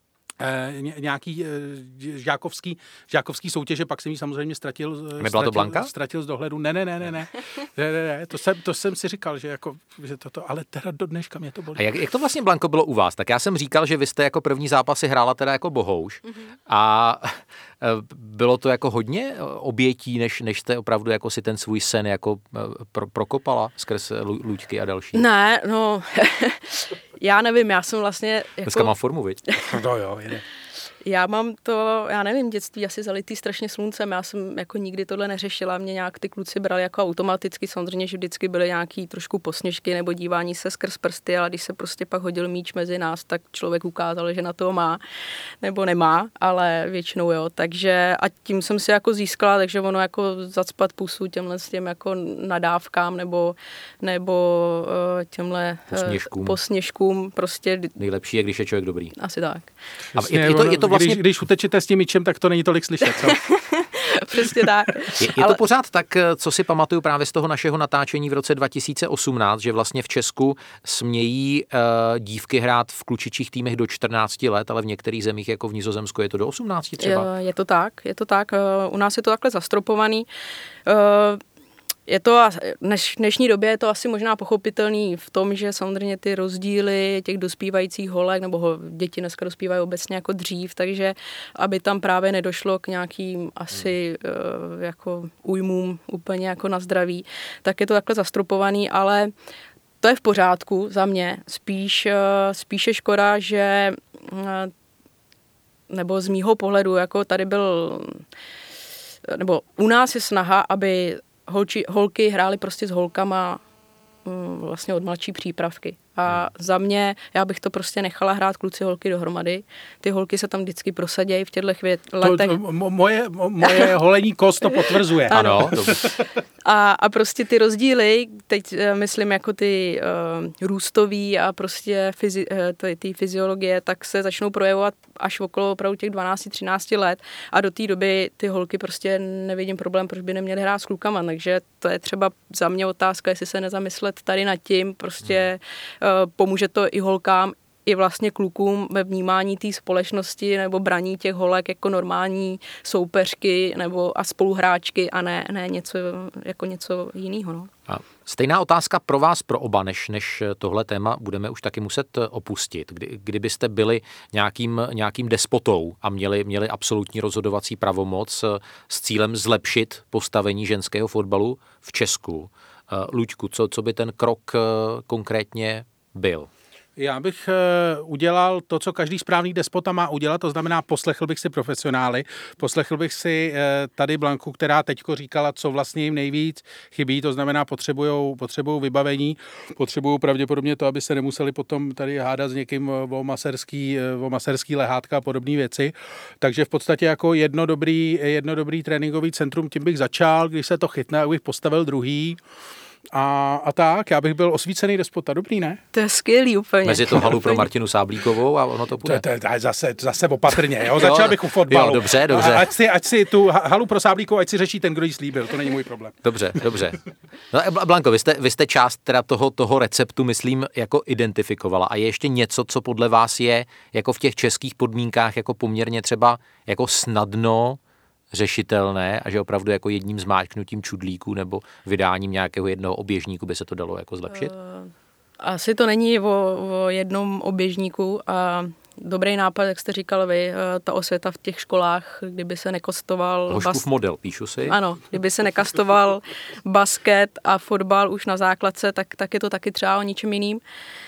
nějaký žákovský, žákovský soutěže, pak jsem ji samozřejmě ztratil, ztratil, ztratil z dohledu. Ne, ne, ne, ne, ne, ne, ne, ne. To, jsem, to jsem si říkal, že jako, že toto, ale teda do dneška mě to bolí. A jak, jak to vlastně, Blanko, bylo u vás? Tak já jsem říkal, že vy jste jako první zápasy hrála teda jako bohouš mm-hmm. a bylo to jako hodně obětí, než, než jste opravdu jako si ten svůj sen jako pro, prokopala skrz Luďky a další? Ne, no... Já nevím, já jsem vlastně... Jako... Dneska mám formu, viď? No jo, jde. Já mám to, já nevím, dětství asi zalitý strašně sluncem, já jsem jako nikdy tohle neřešila, mě nějak ty kluci brali jako automaticky, samozřejmě, že vždycky byly nějaký trošku posměšky nebo dívání se skrz prsty, ale když se prostě pak hodil míč mezi nás, tak člověk ukázal, že na to má nebo nemá, ale většinou jo, takže a tím jsem si jako získala, takže ono jako zacpat pusu těmhle s těm jako nadávkám nebo, nebo těmhle posměškům. posměškům prostě. Nejlepší je, když je člověk dobrý. Asi tak. A je, je, to, je to vlastně... Když, když utečete s tím míčem, tak to není tolik slyšet, co? Přesně tak. Je, je Ale... to pořád tak, co si pamatuju právě z toho našeho natáčení v roce dva tisíce osmnáct, že vlastně v Česku smějí uh, dívky hrát v klučičích týmech do čtrnácti let, ale v některých zemích, jako v Nizozemsku, je to do osmnácti třeba? Je, je to tak, je to tak. Uh, u nás je to takhle zastropovaný. Uh, Je to, dneš, v dnešní době je to asi možná pochopitelný v tom, že samozřejmě ty rozdíly těch dospívajících holek, nebo ho, děti dneska dospívají obecně jako dřív, takže aby tam právě nedošlo k nějakým asi uh, jako újmům úplně jako na zdraví, tak je to takhle zastropovaný, ale to je v pořádku za mě. Spíš, uh, spíše škoda, že uh, nebo z mýho pohledu, jako tady byl, nebo u nás je snaha, aby holči, holky hrály prostě s holkama vlastně od mladší přípravky. A za mě, já bych to prostě nechala hrát kluci holky dohromady. Ty holky se tam vždycky prosadějí v těchto letech. To, moje, moje holení kost to potvrzuje. Ano. A, a prostě ty rozdíly, teď myslím jako ty uh, růstový a prostě fyzi, uh, ty, ty fyziologie, tak se začnou projevovat až okolo opravdu těch dvanáct třináct let a do té doby ty holky prostě nevidím problém, proč by neměly hrát s klukama, takže to je třeba za mě otázka, jestli se nezamyslet tady nad tím, prostě uh, pomůže to i holkám, i vlastně klukům ve vnímání té společnosti nebo braní těch holek jako normální soupeřky nebo a spoluhráčky a ne, ne něco jako něco jiného. No. A stejná otázka pro vás, pro oba, než, než tohle téma budeme už taky muset opustit. Kdy, kdybyste byli nějakým, nějakým despotou a měli, měli absolutní rozhodovací pravomoc s cílem zlepšit postavení ženského fotbalu v Česku. Luďku, co, co by ten krok konkrétně byl? Já bych uh, udělal to, co každý správný despota má udělat, to znamená poslechl bych si profesionály, poslechl bych si uh, tady Blanku, která teďko říkala, co vlastně jim nejvíc chybí, to znamená potřebujou, potřebujou vybavení, potřebují pravděpodobně to, aby se nemuseli potom tady hádat s někým o maserský, o maserský lehátka a podobné věci. Takže v podstatě jako jedno dobrý, jedno dobrý tréninkový centrum, tím bych začal, když se to chytne, bych postavil druhý. A, a tak, já bych byl osvícený despota, dobrý, ne? To je skvělý úplně. Mezi to halu pro Martinu Sáblíkovou a ono to půjde. To, to, to je zase, zase opatrně, jo? Začal jo, bych u fotbalu. Jo, dobře, dobře. A ať si, ať si tu halu pro Sáblíkovou, ať si řeší ten, kdo jí slíbil, to není můj problém. Dobře, dobře. No, Blanko, vy jste, vy jste část teda toho, toho receptu, myslím, jako identifikovala. A je ještě něco, co podle vás je jako v těch českých podmínkách jako poměrně třeba jako snadno řešitelné a že opravdu jako jedním zmáčknutím čudlíku nebo vydáním nějakého jednoho oběžníku by se to dalo jako zlepšit? Uh, asi to není o, o jednom oběžníku a dobrý nápad, jak jste říkal vy, ta osvěta v těch školách, kdyby se nekostoval... Hoškův bas... model, píšu si. Ano, kdyby se nekastoval basket a fotbal už na základce, tak, tak je to taky třeba o ničem jiným.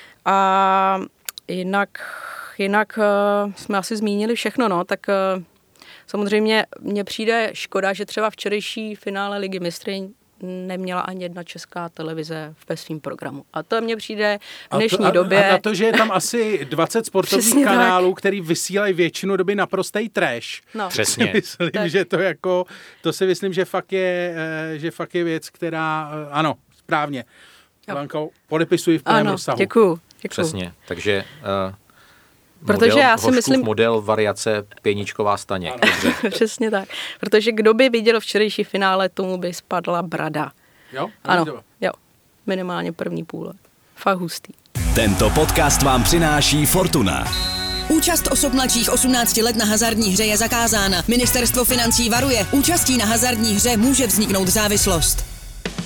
A jinak, jinak uh, jsme asi zmínili všechno, no, tak... Uh, Samozřejmě mně přijde škoda, že třeba včerejší finále Ligy mistrů neměla ani jedna česká televize ve svém programu. A to mně přijde v dnešní a to, době... A na to, že je tam asi dvacet sportovních kanálů, který vysílají většinu doby naprostej trash. No. Přesně. Myslím, tak. že to jako, to si myslím, že fakt je, že fakt je věc, která, ano, správně. Blanko, podepisuji v plném rozsahu. Děkuju, děkuju. Přesně, takže... Uh... Protože model, já si myslím... model variace Pěničková Staněk. Přesně tak. Protože kdo by viděl včerejší finále, tomu by spadla brada. Jo? Ano, jo. Minimálně první půle. Fakt hustý. Tento podcast vám přináší Fortuna. Účast osob mladších osmnácti let na hazardní hře je zakázána. Ministerstvo financí varuje. Účastí na hazardní hře může vzniknout závislost.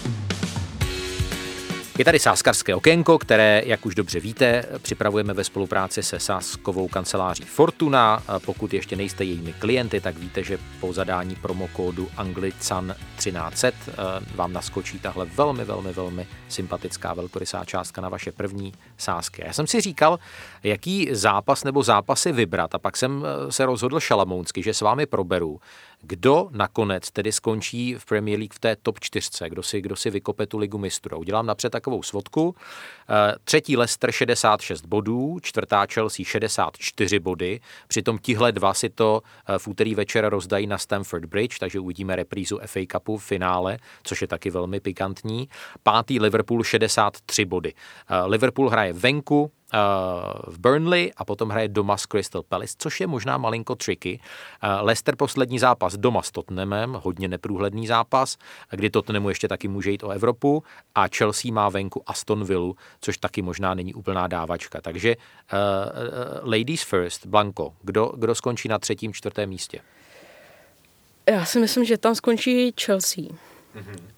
Je tady sázkarské okénko, které, jak už dobře víte, připravujeme ve spolupráci se sázkovou kanceláří Fortuna. Pokud ještě nejste jejími klienty, tak víte, že po zadání promokódu Anglican třináct set vám naskočí tahle velmi, velmi, velmi sympatická velkorysá částka na vaše první sázky. Já jsem si říkal, jaký zápas nebo zápasy vybrat a pak jsem se rozhodl šalamounsky, že s vámi proberu, kdo nakonec tedy skončí v Premier League v té top čtyřce, kdo si, kdo si vykope tu ligu mistrů. Udělám napřed takovou svodku. Třetí Leicester šedesát šest bodů, čtvrtá Chelsea šedesát čtyři body, přitom tihle dva si to v úterý večer rozdají na Stamford Bridge, takže uvidíme reprízu F A Cupu v finále, což je taky velmi pikantní. Pátý Liverpool šedesát tři body. Liverpool hraje venku v Burnley a potom hraje doma s Crystal Palace, což je možná malinko tricky. Leicester poslední zápas doma s Tottenhamem, hodně neprůhledný zápas, kdy Tottenhamu ještě taky může jít o Evropu a Chelsea má venku Aston Villu, což taky možná není úplná dávačka. Takže uh, ladies first, Blanko, kdo, kdo skončí na třetím, čtvrtém místě? Já si myslím, že tam skončí Chelsea. Mm-hmm.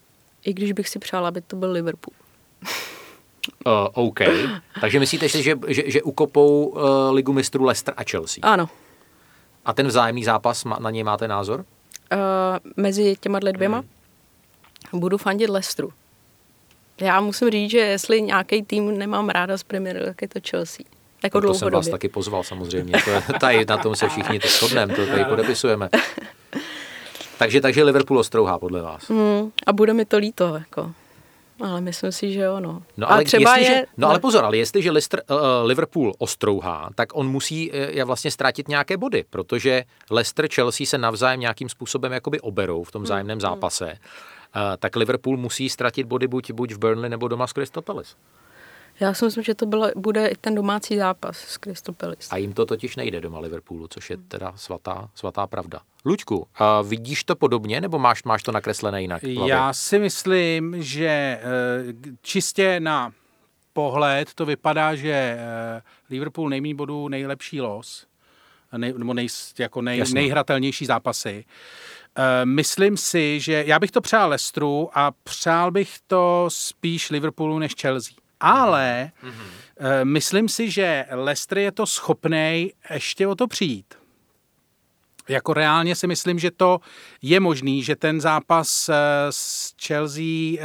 I když bych si přála, aby to byl Liverpool. Uh, OK. Takže myslíte si, že, že, že ukopou uh, ligu mistrů Leicester a Chelsea? Ano. A ten vzájemný zápas, na něj máte názor? Uh, mezi těma dvěma hmm. budu fandit Leicesteru. Já musím říct, že jestli nějaký tým nemám ráda z Premier, tak je to Chelsea. Jako no to jsem vás taky pozval samozřejmě. To je, tady na tom se všichni to shodneme, to tady podepisujeme. takže, takže Liverpool ostrouhá podle vás. Hmm. A bude mi to líto, jako. Ale myslím si, že jo, no. No ale, třeba jestliže, je... no ale pozor, ale jestliže Leicester, uh, Liverpool ostrouhá, tak on musí uh, je vlastně ztratit nějaké body, protože Leicester, Chelsea se navzájem nějakým způsobem jakoby oberou v tom vzájemném zápase. Uh, tak Liverpool musí ztratit body buď, buď v Burnley nebo doma s Crystal Palace. Já si myslím, že to bylo, bude i ten domácí zápas s Crystal Palace. A jim to totiž nejde doma Liverpoolu, což je teda svatá, svatá pravda. Luďku, a vidíš to podobně, nebo máš, máš to nakreslené jinak? Já si myslím, že čistě na pohled to vypadá, že Liverpool nejméně bodů, nejlepší los, nej, nebo nej, jako nej, nejhratelnější zápasy. Myslím si, že já bych to přál Leicesteru a přál bych to spíš Liverpoolu než Chelsea. Ale mm-hmm. myslím si, že Leicester je to schopnej ještě o to přijít. Jako reálně si myslím, že to je možný, že ten zápas s Chelsea,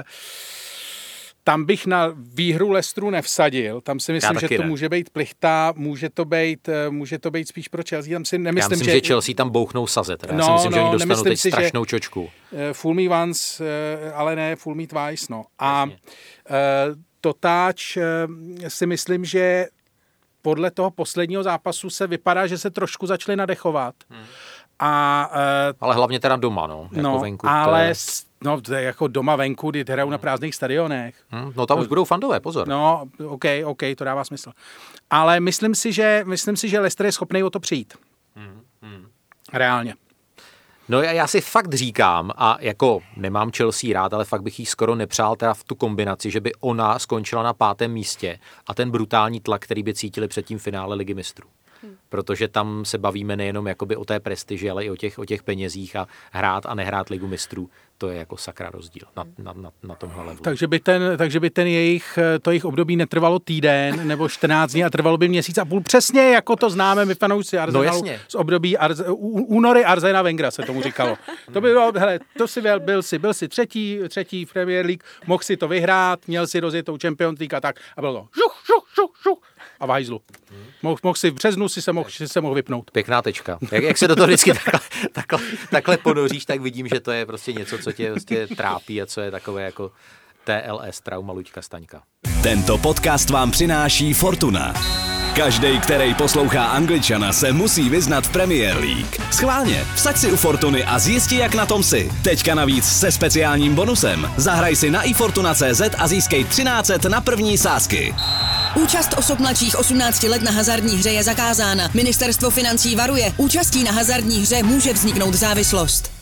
tam bych na výhru Leicesteru nevsadil. Tam si myslím, že to ne. může být plichta, může to být, může to být spíš pro Chelsea. Tam si nemyslím, Já myslím, že... že Chelsea tam bouchnou sazet. Já no, si myslím, no, že oni dostanou teď si, strašnou čočku. Fool me once, ale ne fool me twice. No. A uh, Totáč si myslím, že podle toho posledního zápasu se vypadá, že se trošku začali nadechovat. Hmm. A, uh, ale hlavně teda doma, no. Jako no venku, ale je... no, jako doma venku, kdy hrajou na prázdných stadionech. Hmm. No tam to, už budou fandové, pozor. No, OK, OK, to dává smysl. Ale myslím si, že, myslím si, že Leicester je schopný o to přijít. Hmm. Hmm. Reálně. No já, já si fakt říkám, a jako nemám Chelsea rád, ale fakt bych jí skoro nepřál teda v tu kombinaci, že by ona skončila na pátém místě a ten brutální tlak, který by cítili před tím finále Ligy mistrů. Hmm. Protože tam se bavíme nejenom jakoby o té prestiži, ale i o těch, o těch penězích a hrát a nehrát Ligu mistrů. To je jako sakra rozdíl na, na, na, na tomhle levelu. Takže by ten, takže by ten jejich, to jejich období netrvalo týden nebo čtrnáct dní a trvalo by měsíc a půl. Přesně jako to známe my fanoušci Arsenalu no z období Arze, únory Arsena Wengera se tomu říkalo. To by bylo, hele, to si byl, byl si, byl si třetí, třetí v Premier League, mohl si to vyhrát, měl si rozjetou Champions League a tak a bylo to žuch, žuch, žuch, žuch a v hajzlu. Hmm. Mohl, mohl si v březnu si se mohl, si se mohl vypnout. Pěkná tečka. Jak, jak se do toho vždycky takhle, takhle, takhle ponoříš, tak vidím, že to je prostě něco, co tě prostě trápí a co je takové jako T L S, trauma Luďka Staňka. Tento podcast vám přináší Fortuna. Každej, který poslouchá Angličana, se musí vyznat v Premier League. Schválně, vsaď si u Fortuny a zjisti, jak na tom si. Teďka navíc se speciálním bonusem. Zahraj si na i fortuna tečka cé zet a získej třináct set na první sázky. Účast osob mladších osmnácti let na hazardní hře je zakázána. Ministerstvo financí varuje. Účastí na hazardní hře může vzniknout závislost.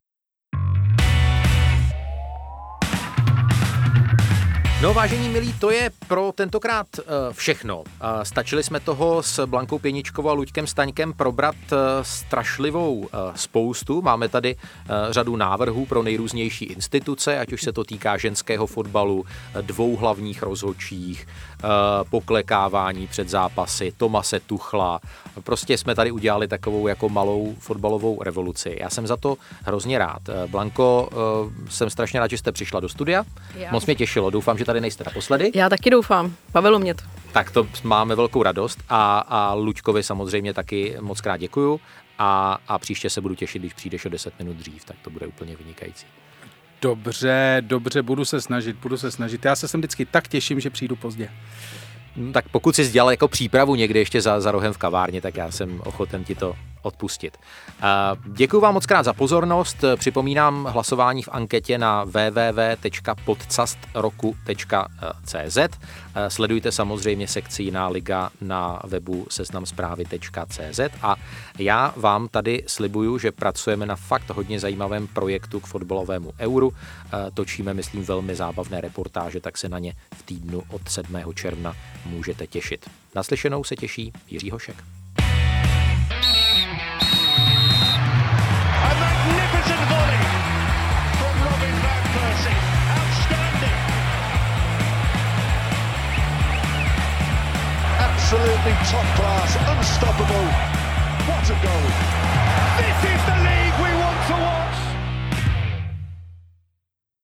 No vážení milí, to je pro tentokrát uh, všechno. Uh, stačili jsme toho s Blankou Pěničkovou a Luďkem Staňkem probrat uh, strašlivou uh, spoustu. Máme tady uh, řadu návrhů pro nejrůznější instituce, ať už se to týká ženského fotbalu, dvou hlavních rozhodčích, uh, poklekávání před zápasy, Tomase Tuchla. Prostě jsme tady udělali takovou jako malou fotbalovou revoluci. Já jsem za to hrozně rád. Blanko, uh, jsem strašně rád, že jste přišla do studia. Já. Moc mě těšilo. Doufám, že tady nejste naposledy. Já taky doufám. Bavilo mě to. Tak to máme velkou radost a, a Luďkovi samozřejmě taky moc krát děkuju a, a příště se budu těšit, když přijdeš o deset minut dřív, tak to bude úplně vynikající. Dobře, dobře, budu se snažit, budu se snažit. Já se sem vždycky tak těším, že přijdu pozdě. Tak pokud jsi dělal jako přípravu někde ještě za, za rohem v kavárně, tak já jsem ochoten ti to odpustit. Děkuji vám moc krát za pozornost. Připomínám hlasování v anketě na w w w tečka podcast roku tečka c z. Sledujte samozřejmě sekci Jiná liga na webu seznamzprávy tečka c z a já vám tady slibuju, že pracujeme na fakt hodně zajímavém projektu k fotbalovému euru. Točíme, myslím, velmi zábavné reportáže, tak se na ně v týdnu od sedmého června můžete těšit. Naslyšenou se těší Jiří Hošek. A magnificent volley from Robin van Persie. Absolutely top class, unstoppable. What a goal. This is the league we want to watch.